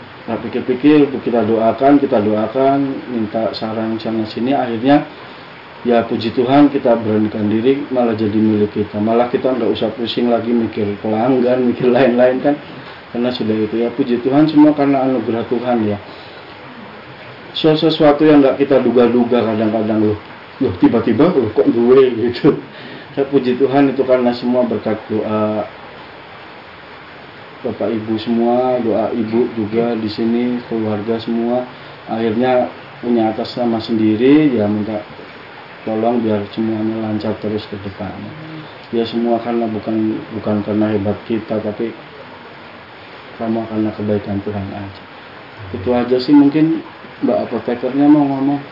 pikir-pikir kita doakan minta saran sana sini, akhirnya ya puji Tuhan kita beranikan diri malah jadi milik kita, malah kita nggak usah pusing lagi mikir pelanggan, mikir lain-lain kan, karena sudah itu ya. Puji Tuhan semua karena anugerah Tuhan ya. Sesuatu yang nggak kita duga-duga kadang-kadang loh tiba-tiba kok gue gitu. Ya, puji Tuhan itu karena semua berkat doa Bapak Ibu semua, doa Ibu juga di sini, keluarga semua, akhirnya punya atas nama sendiri ya, minta tolong biar semuanya lancar terus ke depan. Ya semua karena bukan karena hebat kita, tapi sama karena kebaikan Tuhan aja. Itu aja sih, mungkin Mbak apotekernya mau ngomong.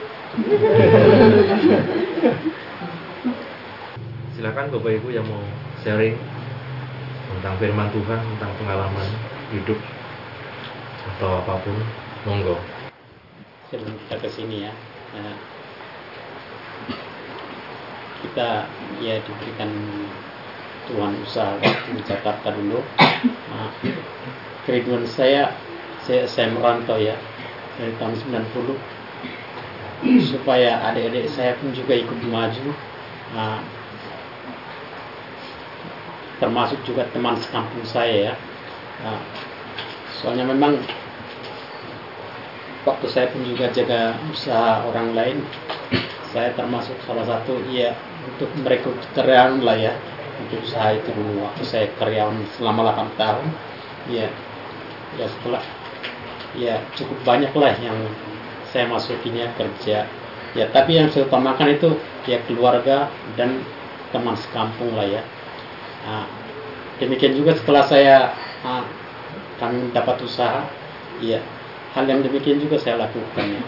Silakan Bapak Ibu yang mau sharing tentang firman Tuhan, tentang pengalaman hidup atau apapun, monggo. Sebelum kita ke sini ya, kita ya diberikan Tuhan usaha di Jakarta dulu. Kerinduan saya merantau ya dari tahun 90 supaya adik-adik saya pun juga ikut maju, termasuk juga teman sekampung saya ya. Soalnya memang waktu saya pun juga jaga usaha orang lain, saya termasuk salah satu ya untuk merekrut karyawan lah ya untuk usaha itu dulu. Waktu saya karyawan selama 8 tahun ya setelah ya cukup banyak lah yang saya masukinya kerja ya, tapi yang saya utamakan itu ya keluarga dan teman sekampung lah ya. Demikian juga setelah kami dapat usaha ya, hal yang demikian juga saya lakukan ya.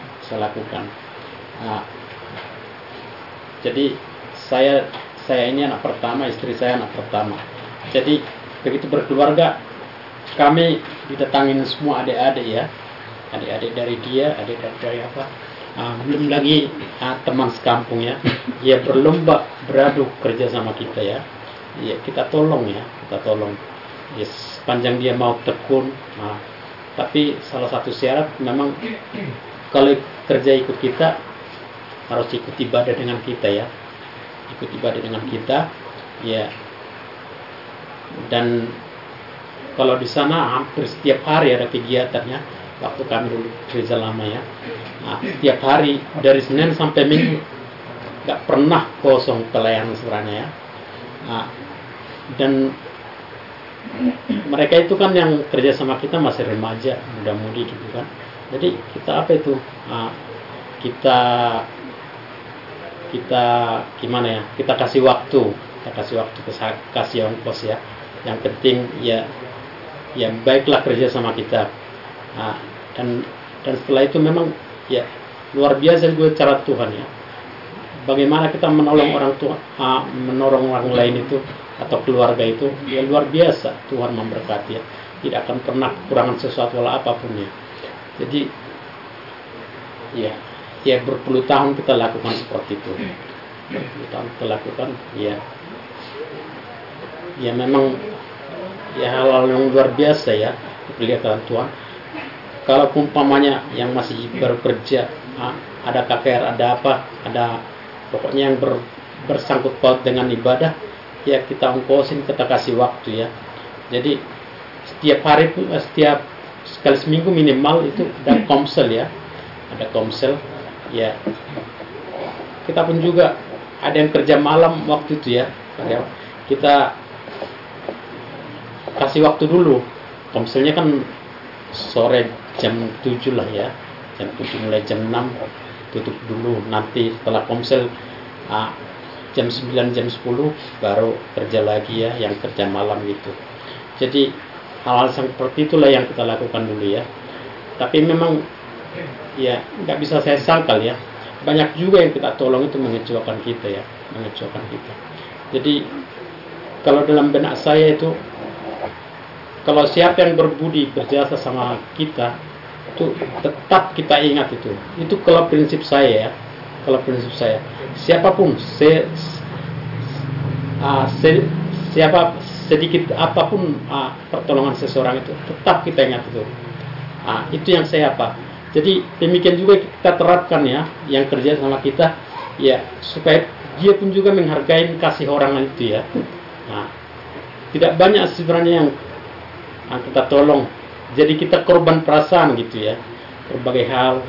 Jadi saya ini anak pertama, istri saya anak pertama. Jadi begitu berkeluarga kami didatangin semua adik-adik ya, adik-adik dari dia, adik dari apa, belum lagi teman sekampung ya, ya berlomba beradu kerja sama kita ya. Ya kita tolong ya, ya, sepanjang dia mau tekun. Tapi salah satu syarat memang kalau kerja ikut kita harus ikut ibadah dengan kita ya, ikut ibadah dengan kita ya. Dan kalau di sana hampir setiap hari ada kegiatannya. Waktu kami dulu kerja lama ya, setiap hari dari Senin sampai Minggu nggak pernah kosong pelayanan sebenarnya ya. Dan mereka itu kan yang kerja sama kita masih remaja, muda-mudi gitu kan. Jadi kita apa itu? Kita gimana ya? Kita kasih waktu, kasih ongkos ya. Yang penting ya baiklah kerja sama kita. Dan setelah itu memang ya luar biasa juga cara Tuhan ya. Bagaimana kita menolong orang tua, menolong orang lain itu atau keluarga itu ya luar biasa. Tuhan memberkati ya, tidak akan pernah kekurangan sesuatu lah apapun ya. Jadi ya berpuluh tahun kita lakukan seperti itu, berpuluh tahun kita lakukan ya memang ya hal-hal yang luar biasa ya kelihatan Tuhan. Kalau umpamanya yang masih baru kerja, ada KKR, ada apa, ada pokoknya yang bersangkut paut dengan ibadah, ya kita ongkosin, kita kasih waktu ya. Jadi setiap hari, setiap sekali seminggu minimal itu ada komsel ya, ada komsel ya. Kita pun juga ada yang kerja malam waktu itu ya, kita kasih waktu dulu. Komselnya kan sore jam 7 lah ya, jam 7 mulai jam 6 tutup dulu. Nanti setelah komsel jam 9, jam 10 baru kerja lagi ya, yang kerja malam gitu. Jadi hal-hal seperti itulah yang kita lakukan dulu ya. Tapi memang ya nggak bisa saya sangkal ya, banyak juga yang kita tolong itu mengecewakan kita ya, mengecewakan kita. Jadi kalau dalam benak saya itu, kalau siapa yang berbudi berjasa sama kita itu tetap kita ingat itu. Itu kalau prinsip saya ya, kalau prinsip saya, siapapun siapa sedikit apapun pertolongan seseorang itu tetap kita ingat itu. Itu yang saya apa. Jadi demikian juga kita terapkan ya, yang kerja sama kita ya supaya dia pun juga menghargai kasih orang itu ya. Nah, tidak banyak sebenarnya yang kita tolong. Jadi kita korban perasaan gitu ya, berbagai hal.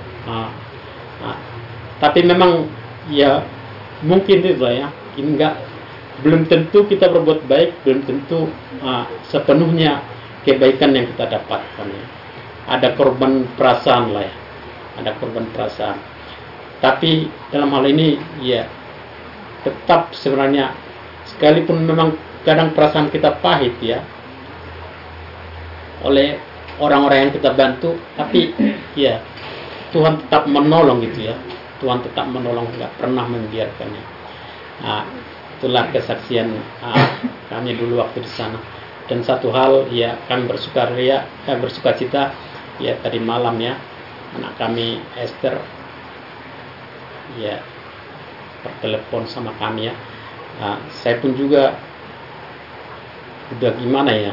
Tapi memang ya mungkin itu lah ya. Ini belum tentu kita berbuat baik, belum tentu sepenuhnya kebaikan yang kita dapatkan ya. Ada korban perasaan lah ya, ada korban perasaan. Tapi dalam hal ini ya tetap sebenarnya sekalipun memang kadang perasaan kita pahit ya oleh orang-orang yang kita bantu, tapi ya Tuhan tetap menolong gitu ya. Tuhan tetap menolong, nggak pernah membiarkannya. Itulah kesaksian kami dulu waktu di sana. Dan satu hal ya kami bersuka cita ya tadi malam ya anak kami Esther ya bertelepon sama kami ya. Saya pun juga udah gimana ya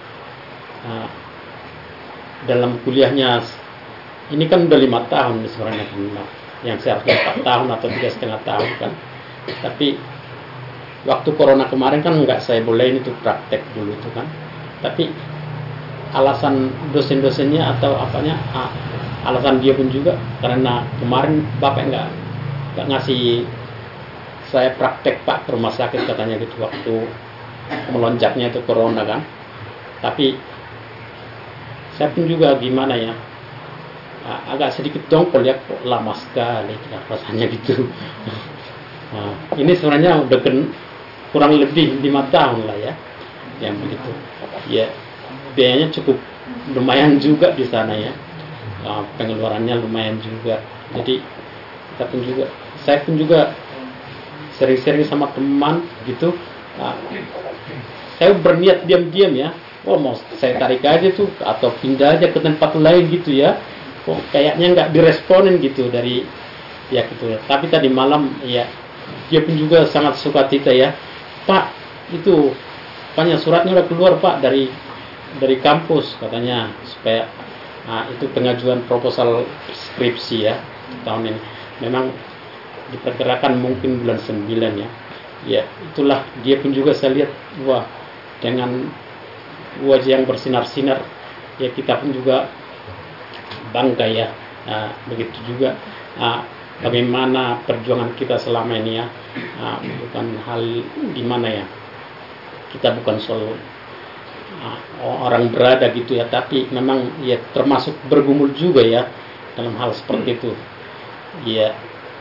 dalam kuliahnya ini kan udah 5 tahun sebenarnya yang seharusnya 4 tahun atau 3,5 tahun kan. Tapi waktu corona kemarin kan nggak saya bolehin itu praktek dulu itu kan. Tapi alasan dosen-dosennya atau apanya alasan dia pun juga karena kemarin bapak nggak ngasih saya praktek pak ke rumah sakit katanya gitu waktu melonjaknya itu corona kan. Tapi saya pun juga gimana ya agak sedikit dongkol ya, kok lama sekali rasanya gitu. Ini sebenarnya udah kurang lebih 5 tahun lah ya yang begitu ya. Biayanya cukup lumayan juga di sana ya, pengeluarannya lumayan juga. Jadi saya pun juga sering-sering sama teman gitu. Saya berniat diam-diam ya, mau saya tarik aja tuh atau pindah aja ke tempat lain gitu ya. Kok kayaknya nggak diresponin gitu dari ya gitu. Tapi tadi malam ya dia pun juga sangat suka cita ya, Pak itu banyak suratnya udah keluar Pak dari kampus katanya supaya itu pengajuan proposal skripsi ya tahun ini. Memang diperkirakan mungkin bulan 9 ya. Ya itulah dia pun juga saya lihat wah dengan wajah yang bersinar-sinar ya kita pun juga bangga ya. Begitu juga bagaimana perjuangan kita selama ini ya, bukan hal gimana ya, kita bukan soal orang berada gitu ya, tapi memang ya termasuk bergumul juga ya dalam hal seperti itu ya.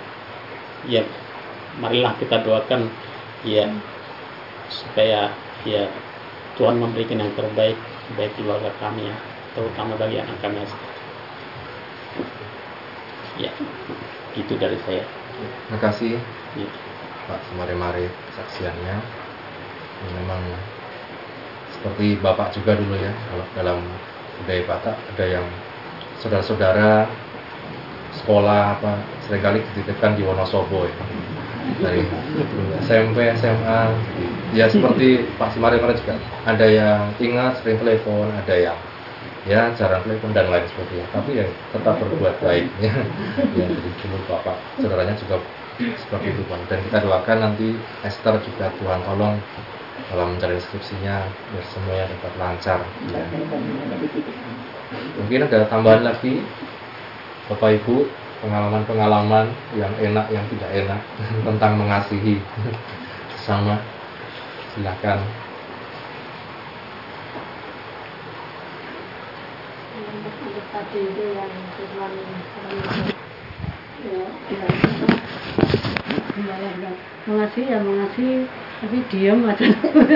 Marilah kita doakan ya supaya ya Tuhan memberikan yang terbaik bagi keluarga kami ya, terutama bagi anak kami ya. Itu dari saya. Terima kasih ya, Pak Semare-mare kesaksiannya. Memang seperti Bapak juga dulu ya, kalau dalam budaya Batak ada yang saudara-saudara sekolah apa seringkali dititipkan di Wonosobo ya. Dari SMP, SMA ya seperti Pak Semare-mare juga ada yang ingat sering telepon, ada yang ya jarang telepon dan lain sebagainya, tapi ya tetap berbuat baik ya. Ya jadi dulu bapak saudaranya juga seperti itu Pak. Dan kita doakan nanti Esther juga Tuhan tolong dalam mencari skripsinya biar semuanya dapat lancar ya. Mungkin ada tambahan lagi Bapak Ibu, pengalaman-pengalaman yang enak yang tidak enak tentang mengasihi sesama, silakan. Tadi itu yang Tuhan mengasihi ya mengasihi, tapi diam aja.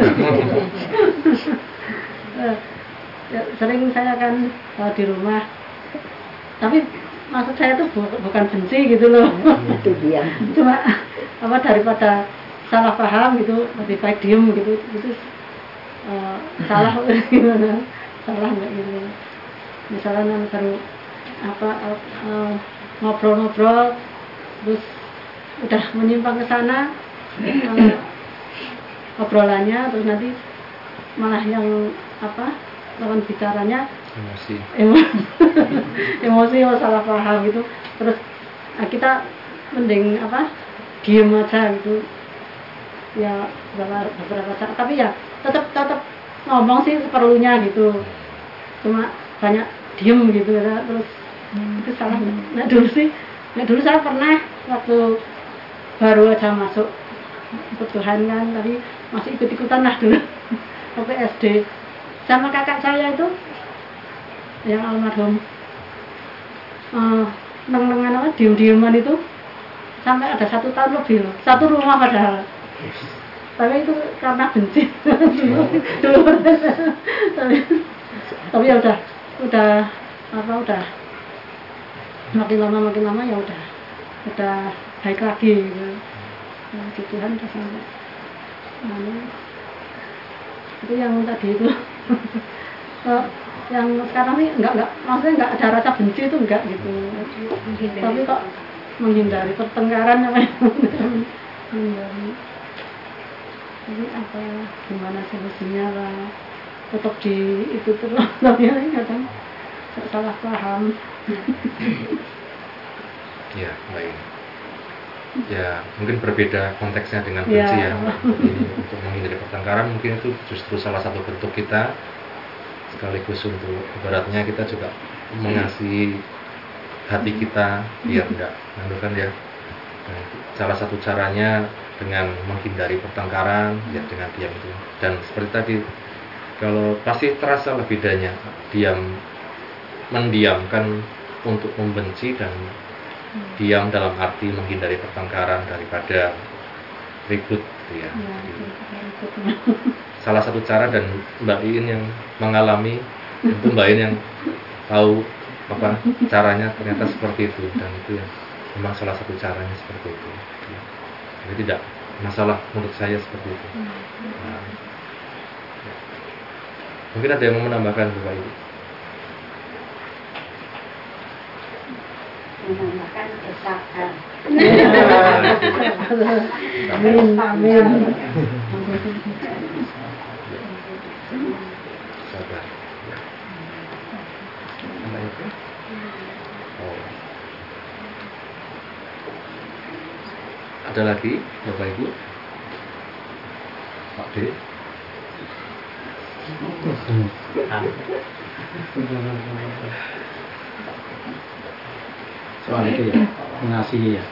Sering saya kan di rumah, tapi maksud saya tuh bukan benci gitu loh. Itu dia. Cuma daripada salah paham gitu, lebih baik diem gitu. Salah gimana? Salah nggak gitu? Misalnya baru ngobrol-ngobrol terus udah menyimpang ke sana obrolannya, terus nanti malah yang lawan bicaranya emosi salah paham gitu. Terus kita mending diem aja gitu ya beberapa saat, tapi ya tetap ngomong sih seperlunya gitu, cuma banyak diem gitu ya. Terus itu salah. Dulu saya pernah waktu baru aja masuk ikut Tuhan kan, tapi masih ikut-ikutan lah dulu waktu SD sama kakak saya itu yang almarhum, neng-nengan apa diem-dieman itu sampai ada 1 tahun lebih loh, satu rumah padahal, tapi itu karena benci dulu. tapi ya udah makin lama ya udah baik lagi gitu. Di Tuhan udah sampai itu yang tadi itu. Yang sekarang ini enggak, maksudnya enggak ada rasa benci itu enggak gitu, tapi kok menghindari pertengkaran yang menghindari. Jadi apa gimana solusinya lah, tetap di itu terus, tapi kadang salah paham. Ya, baik. Ya, mungkin berbeda konteksnya dengan benci ya. Jadi, untuk menghindari pertengkaran mungkin itu justru salah satu bentuk kita, sekaligus untuk ibaratnya kita juga mengasihi hati kita biar enggak kan ya. Nah, salah satu caranya dengan menghindari pertengkaran ya dengan diam itu. Dan seperti tadi, kalau pasti terasa lah bedanya mendiamkan untuk membenci dan diam dalam arti menghindari pertengkaran daripada ribut gitu ya. Salah satu cara, dan Mbak Iin yang mengalami, itu Mbak Iin yang tahu apa caranya ternyata seperti itu, dan itu ya memang salah satu caranya seperti itu. Jadi tidak masalah menurut saya seperti itu. Nah, ya. Mungkin ada yang mau menambahkan Bapak Ibu? Menambahkan kesabaran. Amin. Sabar. Ya. Apa itu? Oh. Ada lagi Bapak Ibu? Pak D? Soal itu ya, mengasihi ya.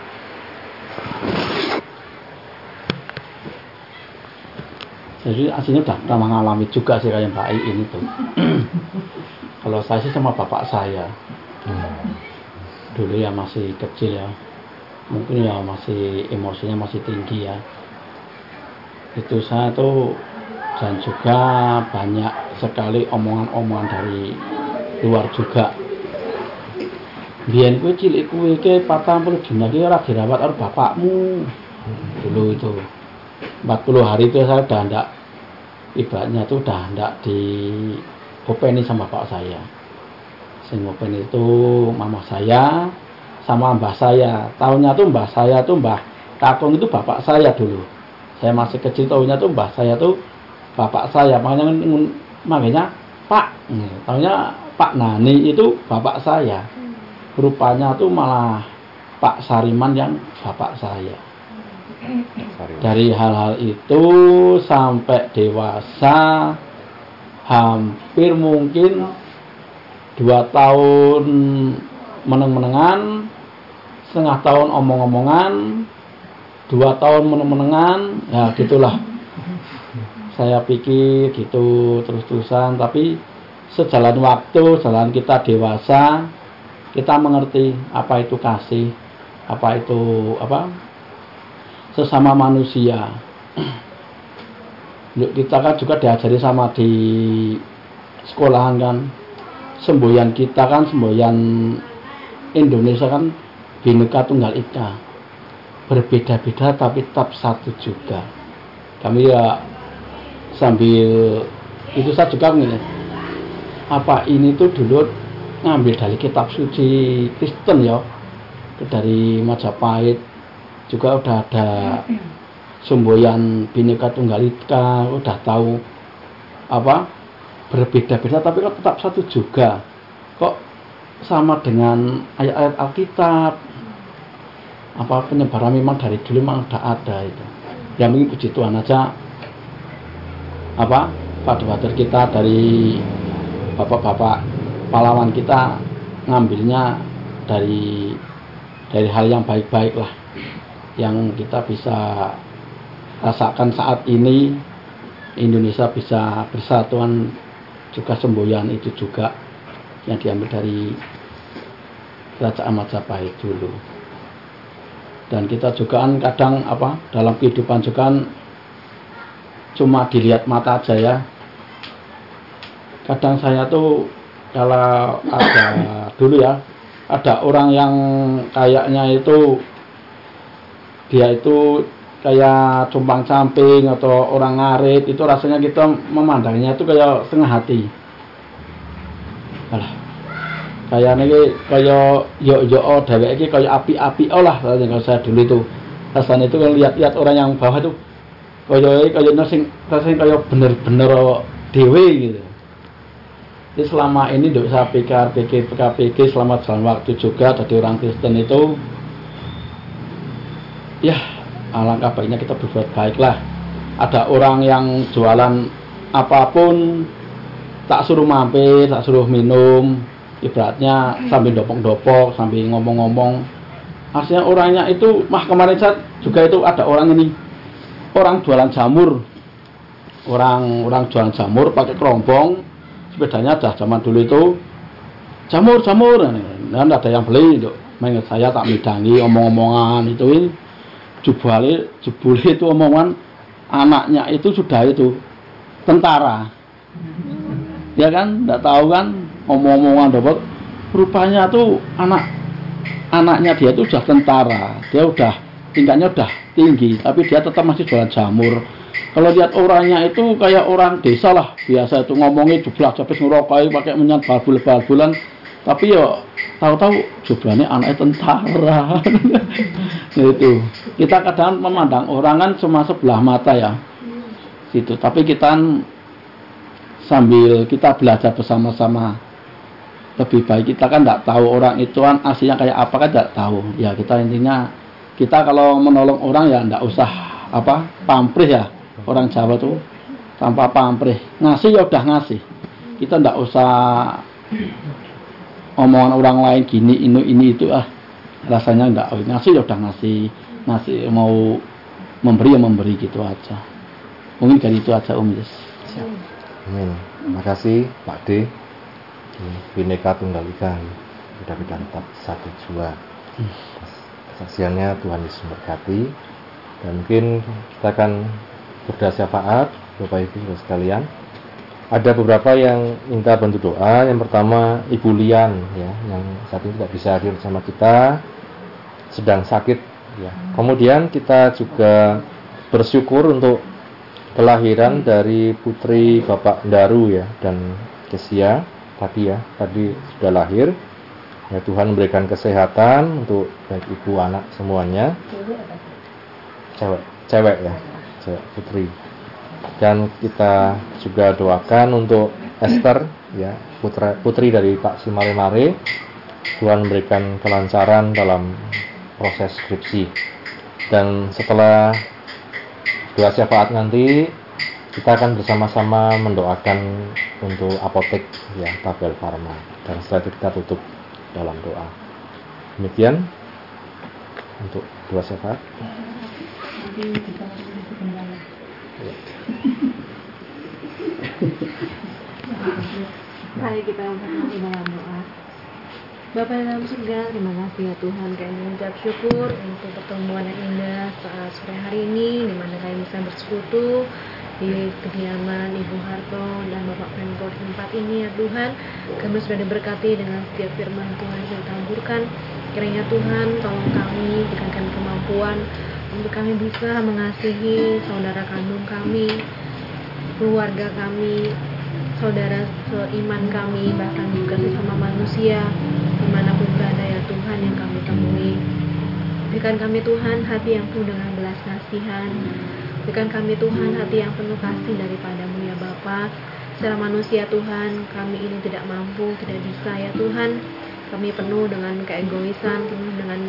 Jadi aslinya udah pernah mengalami juga sih kayak Mbak Iin itu. Kalau saya sih sama bapak saya, dulu ya masih kecil ya, mungkin ya masih emosinya masih tinggi ya. Itu saya tuh, dan juga banyak sekali omongan-omongan dari luar juga. Biyen kuwi cilik kuwi ke 40 dina ki ora dirawat karo bapakmu. Dulu itu 40 hari itu saya udah ndak, ibaratnya tuh udah ndak diopeni sama bapak saya. Sing ngopeni itu mama saya sama mbah saya. Tahunnya tuh mbah saya tuh Mbah Kakung itu bapak saya dulu. Saya masih kecil tahunnya tuh mbah saya tuh bapak saya. Makanya Pak, tahunnya Pak Nani itu bapak saya. Rupanya tuh malah Pak Sariman yang bapak saya. Dari hal-hal itu sampai dewasa, hampir mungkin 2 tahun meneng-menengan, setengah tahun omong-omongan, 2 tahun meneng-menengan, ya gitulah. Saya pikir gitu terus-terusan, tapi sejalan waktu, jalan kita dewasa, kita mengerti apa itu kasih, apa itu sesama manusia. Kita kan juga diajari sama di sekolahan kan, semboyan kita kan, semboyan Indonesia kan Bhinneka Tunggal Ika, berbeda-beda tapi tetap satu juga. Kami ya sambil itu saya juga ngeliat, apa ini tuh dulu ngambil dari kitab suci Kristen ya, dari Majapahit juga udah ada semboyan Bhinneka Tunggal Ika, udah tahu apa berbeda-beda tapi kok tetap satu juga, kok sama dengan ayat-ayat Alkitab. penyebaran memang dari dulu memang udah ada itu. Ya mungkin puji Tuhan aja Father kita dari bapak-bapak pahlawan kita ngambilnya dari hal yang baik-baik lah, yang kita bisa rasakan saat ini. Indonesia bisa bersatuan juga, semboyan itu juga yang diambil dari Kerajaan Majapahit dulu. Dan kita juga kan kadang dalam kehidupan juga kan cuma dilihat mata aja ya. Kadang saya tuh kalau ada dulu ya, ada orang yang kayaknya itu dia itu kayak cumpang camping atau orang ngarit, itu rasanya kita memandangnya itu kayak setengah hati. Alah, kayak ini kayak yo dhewek iki kayak api-api lah kalau saya dulu itu. Rasanya itu kalau lihat orang yang bawah itu kayak sing rasanya kayak bener-bener dewe gitu. Jadi selama ini untuk saya PKPG selama jalan waktu juga dari orang Kristen itu ya alangkah baiknya kita berbuat baiklah. Ada orang yang jualan apapun tak suruh mampir, tak suruh minum, ibaratnya sambil dopok-dopok, sambil ngomong-ngomong. Artinya orangnya itu kemarin saya juga itu ada orang jualan jamur, orang jualan jamur pakai kerombong, sepedanya dah zaman dulu itu jamur, dan ada yang beli itu. Mengingat saya tak midangi omong-omongan itu. Jebule itu omongan anaknya itu sudah itu tentara, ya kan, tidak tahu kan omong-omongan dapat rupanya tuh anaknya dia itu sudah tentara, dia udah tingkatnya udah tinggi, tapi dia tetap masih jualan jamur. Kalau lihat orangnya itu kayak orang desa lah, biasa itu ngomongnya jublak habis ngerokok pakai minyak balbul-balbulan, tapi ya tahu-tahu jumlahnya anaknya tentara. Itu kita kadang memandang orang kan cuma sebelah mata ya gitu, tapi kita sambil kita belajar bersama-sama, lebih baik kita kan tidak tahu orang itu kan aslinya kayak apa kan tidak tahu ya. Kita intinya kita kalau menolong orang ya tidak usah pamrih ya, orang Jawa tuh tanpa pamrih, ngasih ya udah ngasih, kita tidak usah omongan orang lain gini ini itu rasanya enggak, ngasih ya udah ngasih mau memberi ya memberi gitu aja. Mungkin dari itu aja Om Yes. Amin. Terima kasih Pak D. Bhinneka Tunggal Ika, mudah-mudahan tetap satu jua. Kesaksiannya Tuhan Yesus memberkati. Dan mungkin kita akan berdoa syafaat Bapak Ibu sekalian. Ada beberapa yang minta bantu doa. Yang pertama Ibu Lian ya, yang saat ini tidak bisa hadir bersama kita, sedang sakit ya. Kemudian kita juga bersyukur untuk kelahiran dari putri Bapak Daru ya, dan Kesia tadi sudah lahir ya. Tuhan memberikan kesehatan untuk baik ibu anak semuanya. Cewek putri. Dan kita juga doakan untuk Esther ya, putri dari Pak Simare-Mare. Tuhan memberikan kelancaran dalam proses skripsi. Dan setelah doa syafaat nanti kita akan bersama-sama mendoakan untuk apotek ya, Tabel Pharma. Dan setelah itu kita tutup dalam doa. Demikian untuk doa syafaat. Mari kita bersama dalam doa. Bapa dalam surga, terima kasih ya Tuhan, kami mengucap syukur untuk pertemuan yang indah saat sore hari ini, di mana kami bisa bersekutu di kediaman Ibu Harto dan Bapak Pemkot tempat ini ya Tuhan. Kami sudah diberkati dengan setiap firman Tuhan yang ditaburkan. Kiranya Tuhan tolong kami, berikan kami kemampuan untuk kami bisa mengasihi saudara kandung kami, keluarga kami, saudara seiman kami, bahkan juga sesama manusia dimanapun berada ya Tuhan yang kami temui. Berikan kami Tuhan hati yang penuh dengan belas kasihan. Berikan kami Tuhan hati yang penuh kasih daripadamu ya Bapa. Secara manusia Tuhan, kami ini tidak mampu, tidak bisa ya Tuhan. Kami penuh dengan keegoisan, penuh dengan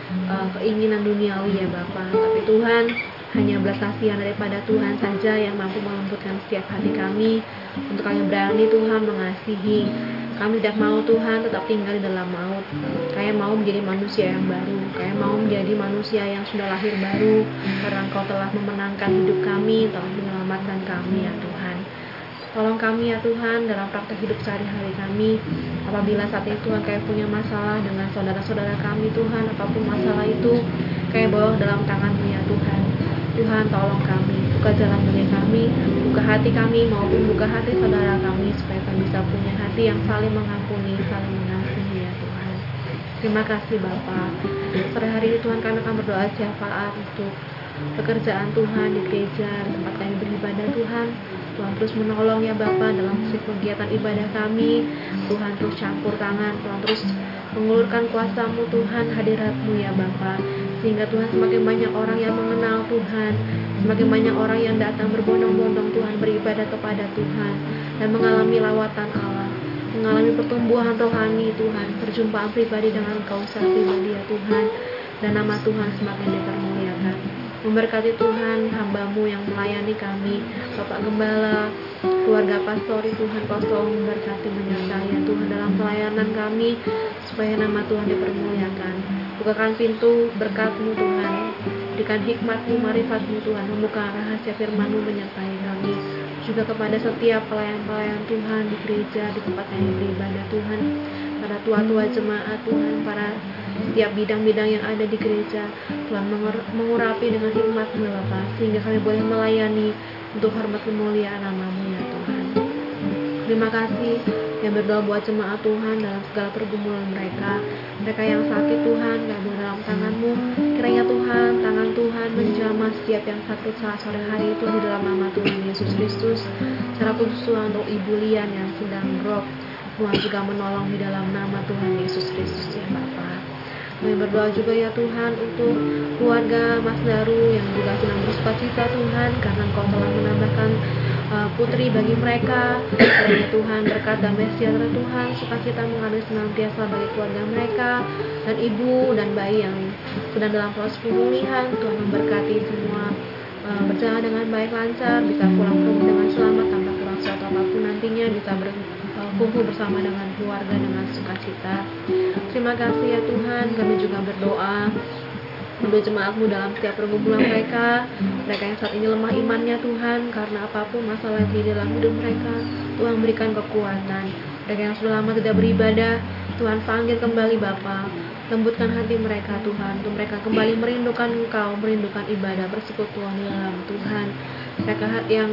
keinginan duniawi ya Bapa, tapi Tuhan hanya belas kasihan daripada Tuhan saja yang mampu melembutkan setiap hati kami untuk kami berani Tuhan mengasihi. Kami tidak mau Tuhan tetap tinggal di dalam maut. Kami mau menjadi manusia yang baru. Kami mau menjadi manusia yang sudah lahir baru, karena Engkau telah memenangkan hidup kami, telah menyelamatkan kami ya Tuhan. Tolong kami ya Tuhan dalam praktek hidup sehari-hari kami. Apabila saat ini Tuhan kami punya masalah dengan saudara-saudara kami Tuhan, apapun masalah itu kami bawa dalam tangan-Mu ya Tuhan. Tuhan tolong kami, buka jalan bagi kami, buka hati kami maupun buka hati saudara kami, supaya kami bisa punya hati yang saling mengampuni, saling mengasihi ya Tuhan. Terima kasih Bapa. Sore hari ini Tuhan kami akan berdoa syafaat untuk pekerjaan Tuhan di gereja, di tempat kami beribadah Tuhan. Tuhan terus menolong ya Bapa dalam setiap kegiatan ibadah kami. Tuhan terus campur tangan, Tuhan terus mengulurkan kuasa-Mu Tuhan, hadirat-Mu ya Bapa, sehingga Tuhan semakin banyak orang yang mengenal Tuhan, semakin banyak orang yang datang berbondong-bondong Tuhan beribadah kepada Tuhan dan mengalami lawatan Allah, mengalami pertumbuhan rohani Tuhan, perjumpaan pribadi dengan Engkau secara pribadi ya Tuhan, dan nama Tuhan semakin dipermuliakan. Memberkati Tuhan hamba-Mu yang melayani kami, Bapak Gembala, keluarga pastori Tuhan, Kau selalu memberkati menyertai ya Tuhan dalam pelayanan kami, supaya nama Tuhan dipermuliakan. Bukakan pintu berkat-Mu Tuhan, berikan hikmat-Mu, marifat-Mu Tuhan, membuka rahasia firman-Mu menyertai kami. Juga kepada setiap pelayan-pelayan Tuhan di gereja, di tempat kami beribadah Tuhan, para tua-tua jemaat Tuhan, para setiap bidang-bidang yang ada di gereja, Tuhan mengurapi dengan hikmat-Mu Bapa, sehingga kami boleh melayani untuk hormat kemuliaan nama-Mu ya Tuhan. Terima kasih yang berdoa buat jemaat Tuhan dalam segala pergumulan mereka yang sakit Tuhan, kami dalam tangan-Mu. Kiranya Tuhan, tangan Tuhan menjamah setiap yang sakit saat sore hari itu di dalam nama Tuhan Yesus Kristus. Secara khusus Tuhan untuk Ibu Lian yang sedang drop, Tuhan juga menolong di dalam nama Tuhan Yesus Kristus ya Bapa. Kami berdoa juga ya Tuhan untuk keluarga Mas Daru yang juga sedang bersukacita Tuhan, karena Engkau telah menambahkan putri bagi mereka. Kiranya Tuhan berkat damai sejahtera Tuhan, sukacita mengalir senantiasa bagi keluarga mereka, dan ibu dan bayi yang sedang dalam proses pemulihan. Tuhan memberkati semua berjalan dengan baik, lancar, bisa pulang ke rumah dengan selamat tanpa kurang suatu apapun nantinya, bisa berkumpul bersama dengan keluarga dengan sukacita. Terima kasih ya Tuhan. Kami juga berdoa untuk jemaat-Mu dalam setiap pergumulan mereka yang saat ini lemah imannya Tuhan, karena apapun masalah di dalam hidup mereka, Tuhan berikan kekuatan. Mereka yang sudah lama tidak beribadah, Tuhan panggil kembali Bapa, lembutkan hati mereka Tuhan, untuk mereka kembali merindukan Engkau, merindukan ibadah, persekutuan di dalam Tuhan. Mereka yang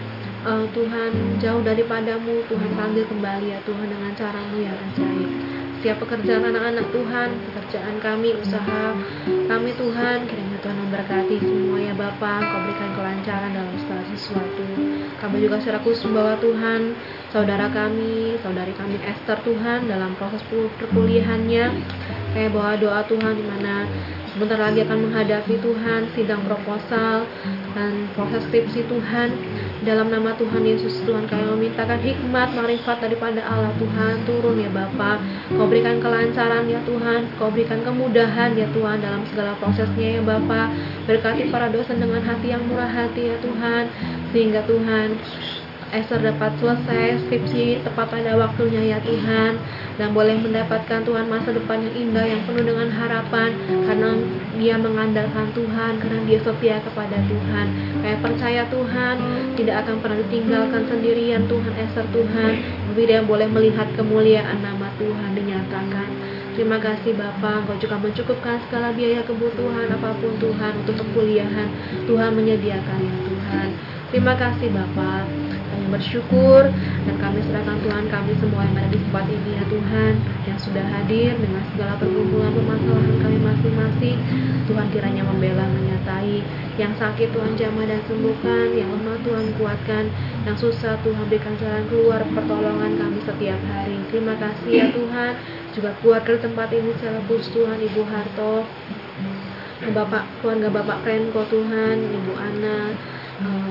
Tuhan jauh daripadamu, Tuhan panggil kembali ya Tuhan dengan cara-Mu yang ajaib. Setiap pekerjaan anak-anak Tuhan, pekerjaan kami, usaha kami Tuhan, kiranya Tuhan memberkati semua ya Bapa. Kau berikan kelancaran dalam segala sesuatu. Kami juga secara khusus membawa Tuhan saudara kami, saudari kami Esther Tuhan dalam proses perkuliahannya. Kayak bawa doa Tuhan di mana sebentar lagi akan menghadapi Tuhan sidang proposal dan proses skripsi Tuhan. Dalam nama Tuhan Yesus Tuhan, kami memintakan hikmat, marifat daripada Allah Tuhan turun ya Bapa. Kau berikan kelancaran ya Tuhan, Kau berikan kemudahan ya Tuhan dalam segala prosesnya ya Bapa. Berkati para dosen dengan hati yang murah hati ya Tuhan, sehingga Tuhan Esther dapat selesai skripsi tepat pada waktunya ya Tuhan, dan boleh mendapatkan Tuhan masa depan yang indah, yang penuh dengan harapan, karena dia mengandalkan Tuhan, karena dia setia kepada Tuhan. Kayak percaya Tuhan tidak akan pernah ditinggalkan sendirian Tuhan Esther Tuhan, tapi dia boleh melihat kemuliaan nama Tuhan dinyatakan. Terima kasih Bapa, Engkau juga mencukupkan segala biaya kebutuhan apapun Tuhan untuk perkuliahan. Tuhan menyediakan ya Tuhan. Terima kasih Bapa. Kami bersyukur dan kami serahkan Tuhan kami semua yang ada di tempat ini ya Tuhan, yang sudah hadir dengan segala pergumulan permasalahan kami masing-masing. Tuhan kiranya membela, menyertai yang sakit Tuhan jamah dan sembuhkan, yang lemah Tuhan kuatkan, yang susah Tuhan berikan jalan keluar pertolongan kami setiap hari. Terima kasih ya Tuhan. Juga keluarga di tempat ini secara khusus Tuhan, Ibu Harto, keluarga Bapak Renko Tuhan, Ibu Ana,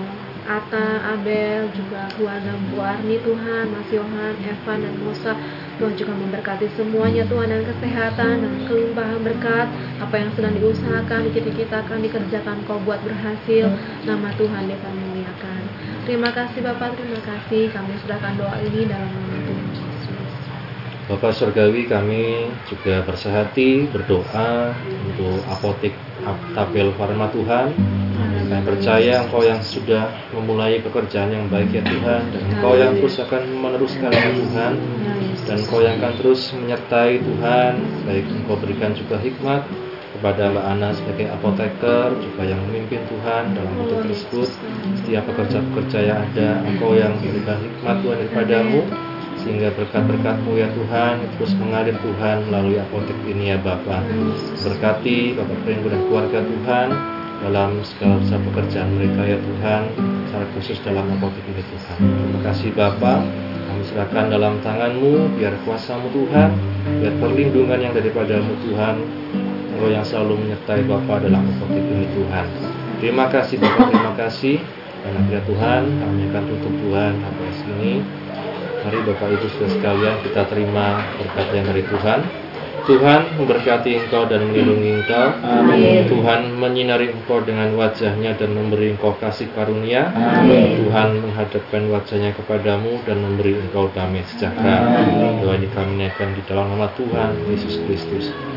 Atta, Abel, juga keluarga Bu Arni Tuhan, Mas Yohan, Evan, dan Musa. Tuhan juga memberkati semuanya Tuhan, dan kesehatan dan kelimpahan berkat. Apa yang sedang diusahakan, dicita-citakan, dikerjakan, Kau buat berhasil. Nama Tuhan dimuliakan. Terima kasih Bapak, terima kasih. Kami serahkan doa ini dalam nama Tuhan Yesus. Bapak Surgawi, kami juga bersehati berdoa untuk apotek tabel Farma Tuhan. Kami percaya Engkau yang sudah memulai pekerjaan yang baik ya Tuhan, dan Engkau yang terus akan meneruskan ya Tuhan, dan Engkau yang akan terus menyertai Tuhan. Baik Engkau berikan juga hikmat kepada Mbak Ana sebagai apoteker, juga yang memimpin Tuhan dalam apotek tersebut. Setiap pekerja-pekerja yang ada, Engkau yang memberikan hikmat Tuhan daripadamu, sehingga berkat-berkat-Mu ya Tuhan terus mengalir Tuhan melalui apotek ini ya Bapa. Berkati Bapak Pringgo dan keluarga Tuhan dalam segala usaha pekerjaan mereka ya Tuhan, secara khusus dalam apotek ini Tuhan. Terima kasih Bapa, kami serahkan dalam tangan-Mu, biar kuasa-Mu Tuhan, biar perlindungan yang daripadamu Tuhan, Engkau yang selalu menyertai Bapa dalam apotek ini Tuhan. Terima kasih Bapa, terima kasih. Dan akhirnya Tuhan, kami akan tutup Tuhan atas ini. Mari Bapak Ibu Saudara sekalian, kita terima berkat yang dari Tuhan. Tuhan memberkati engkau dan melindungi engkau. Amin. Tuhan menyinari engkau dengan wajahnya dan memberi engkau kasih karunia. Amin. Tuhan menghadapkan wajahnya kepadamu dan memberi engkau damai sejahtera. Doa ini kami naikkan di dalam nama Tuhan Yesus Kristus.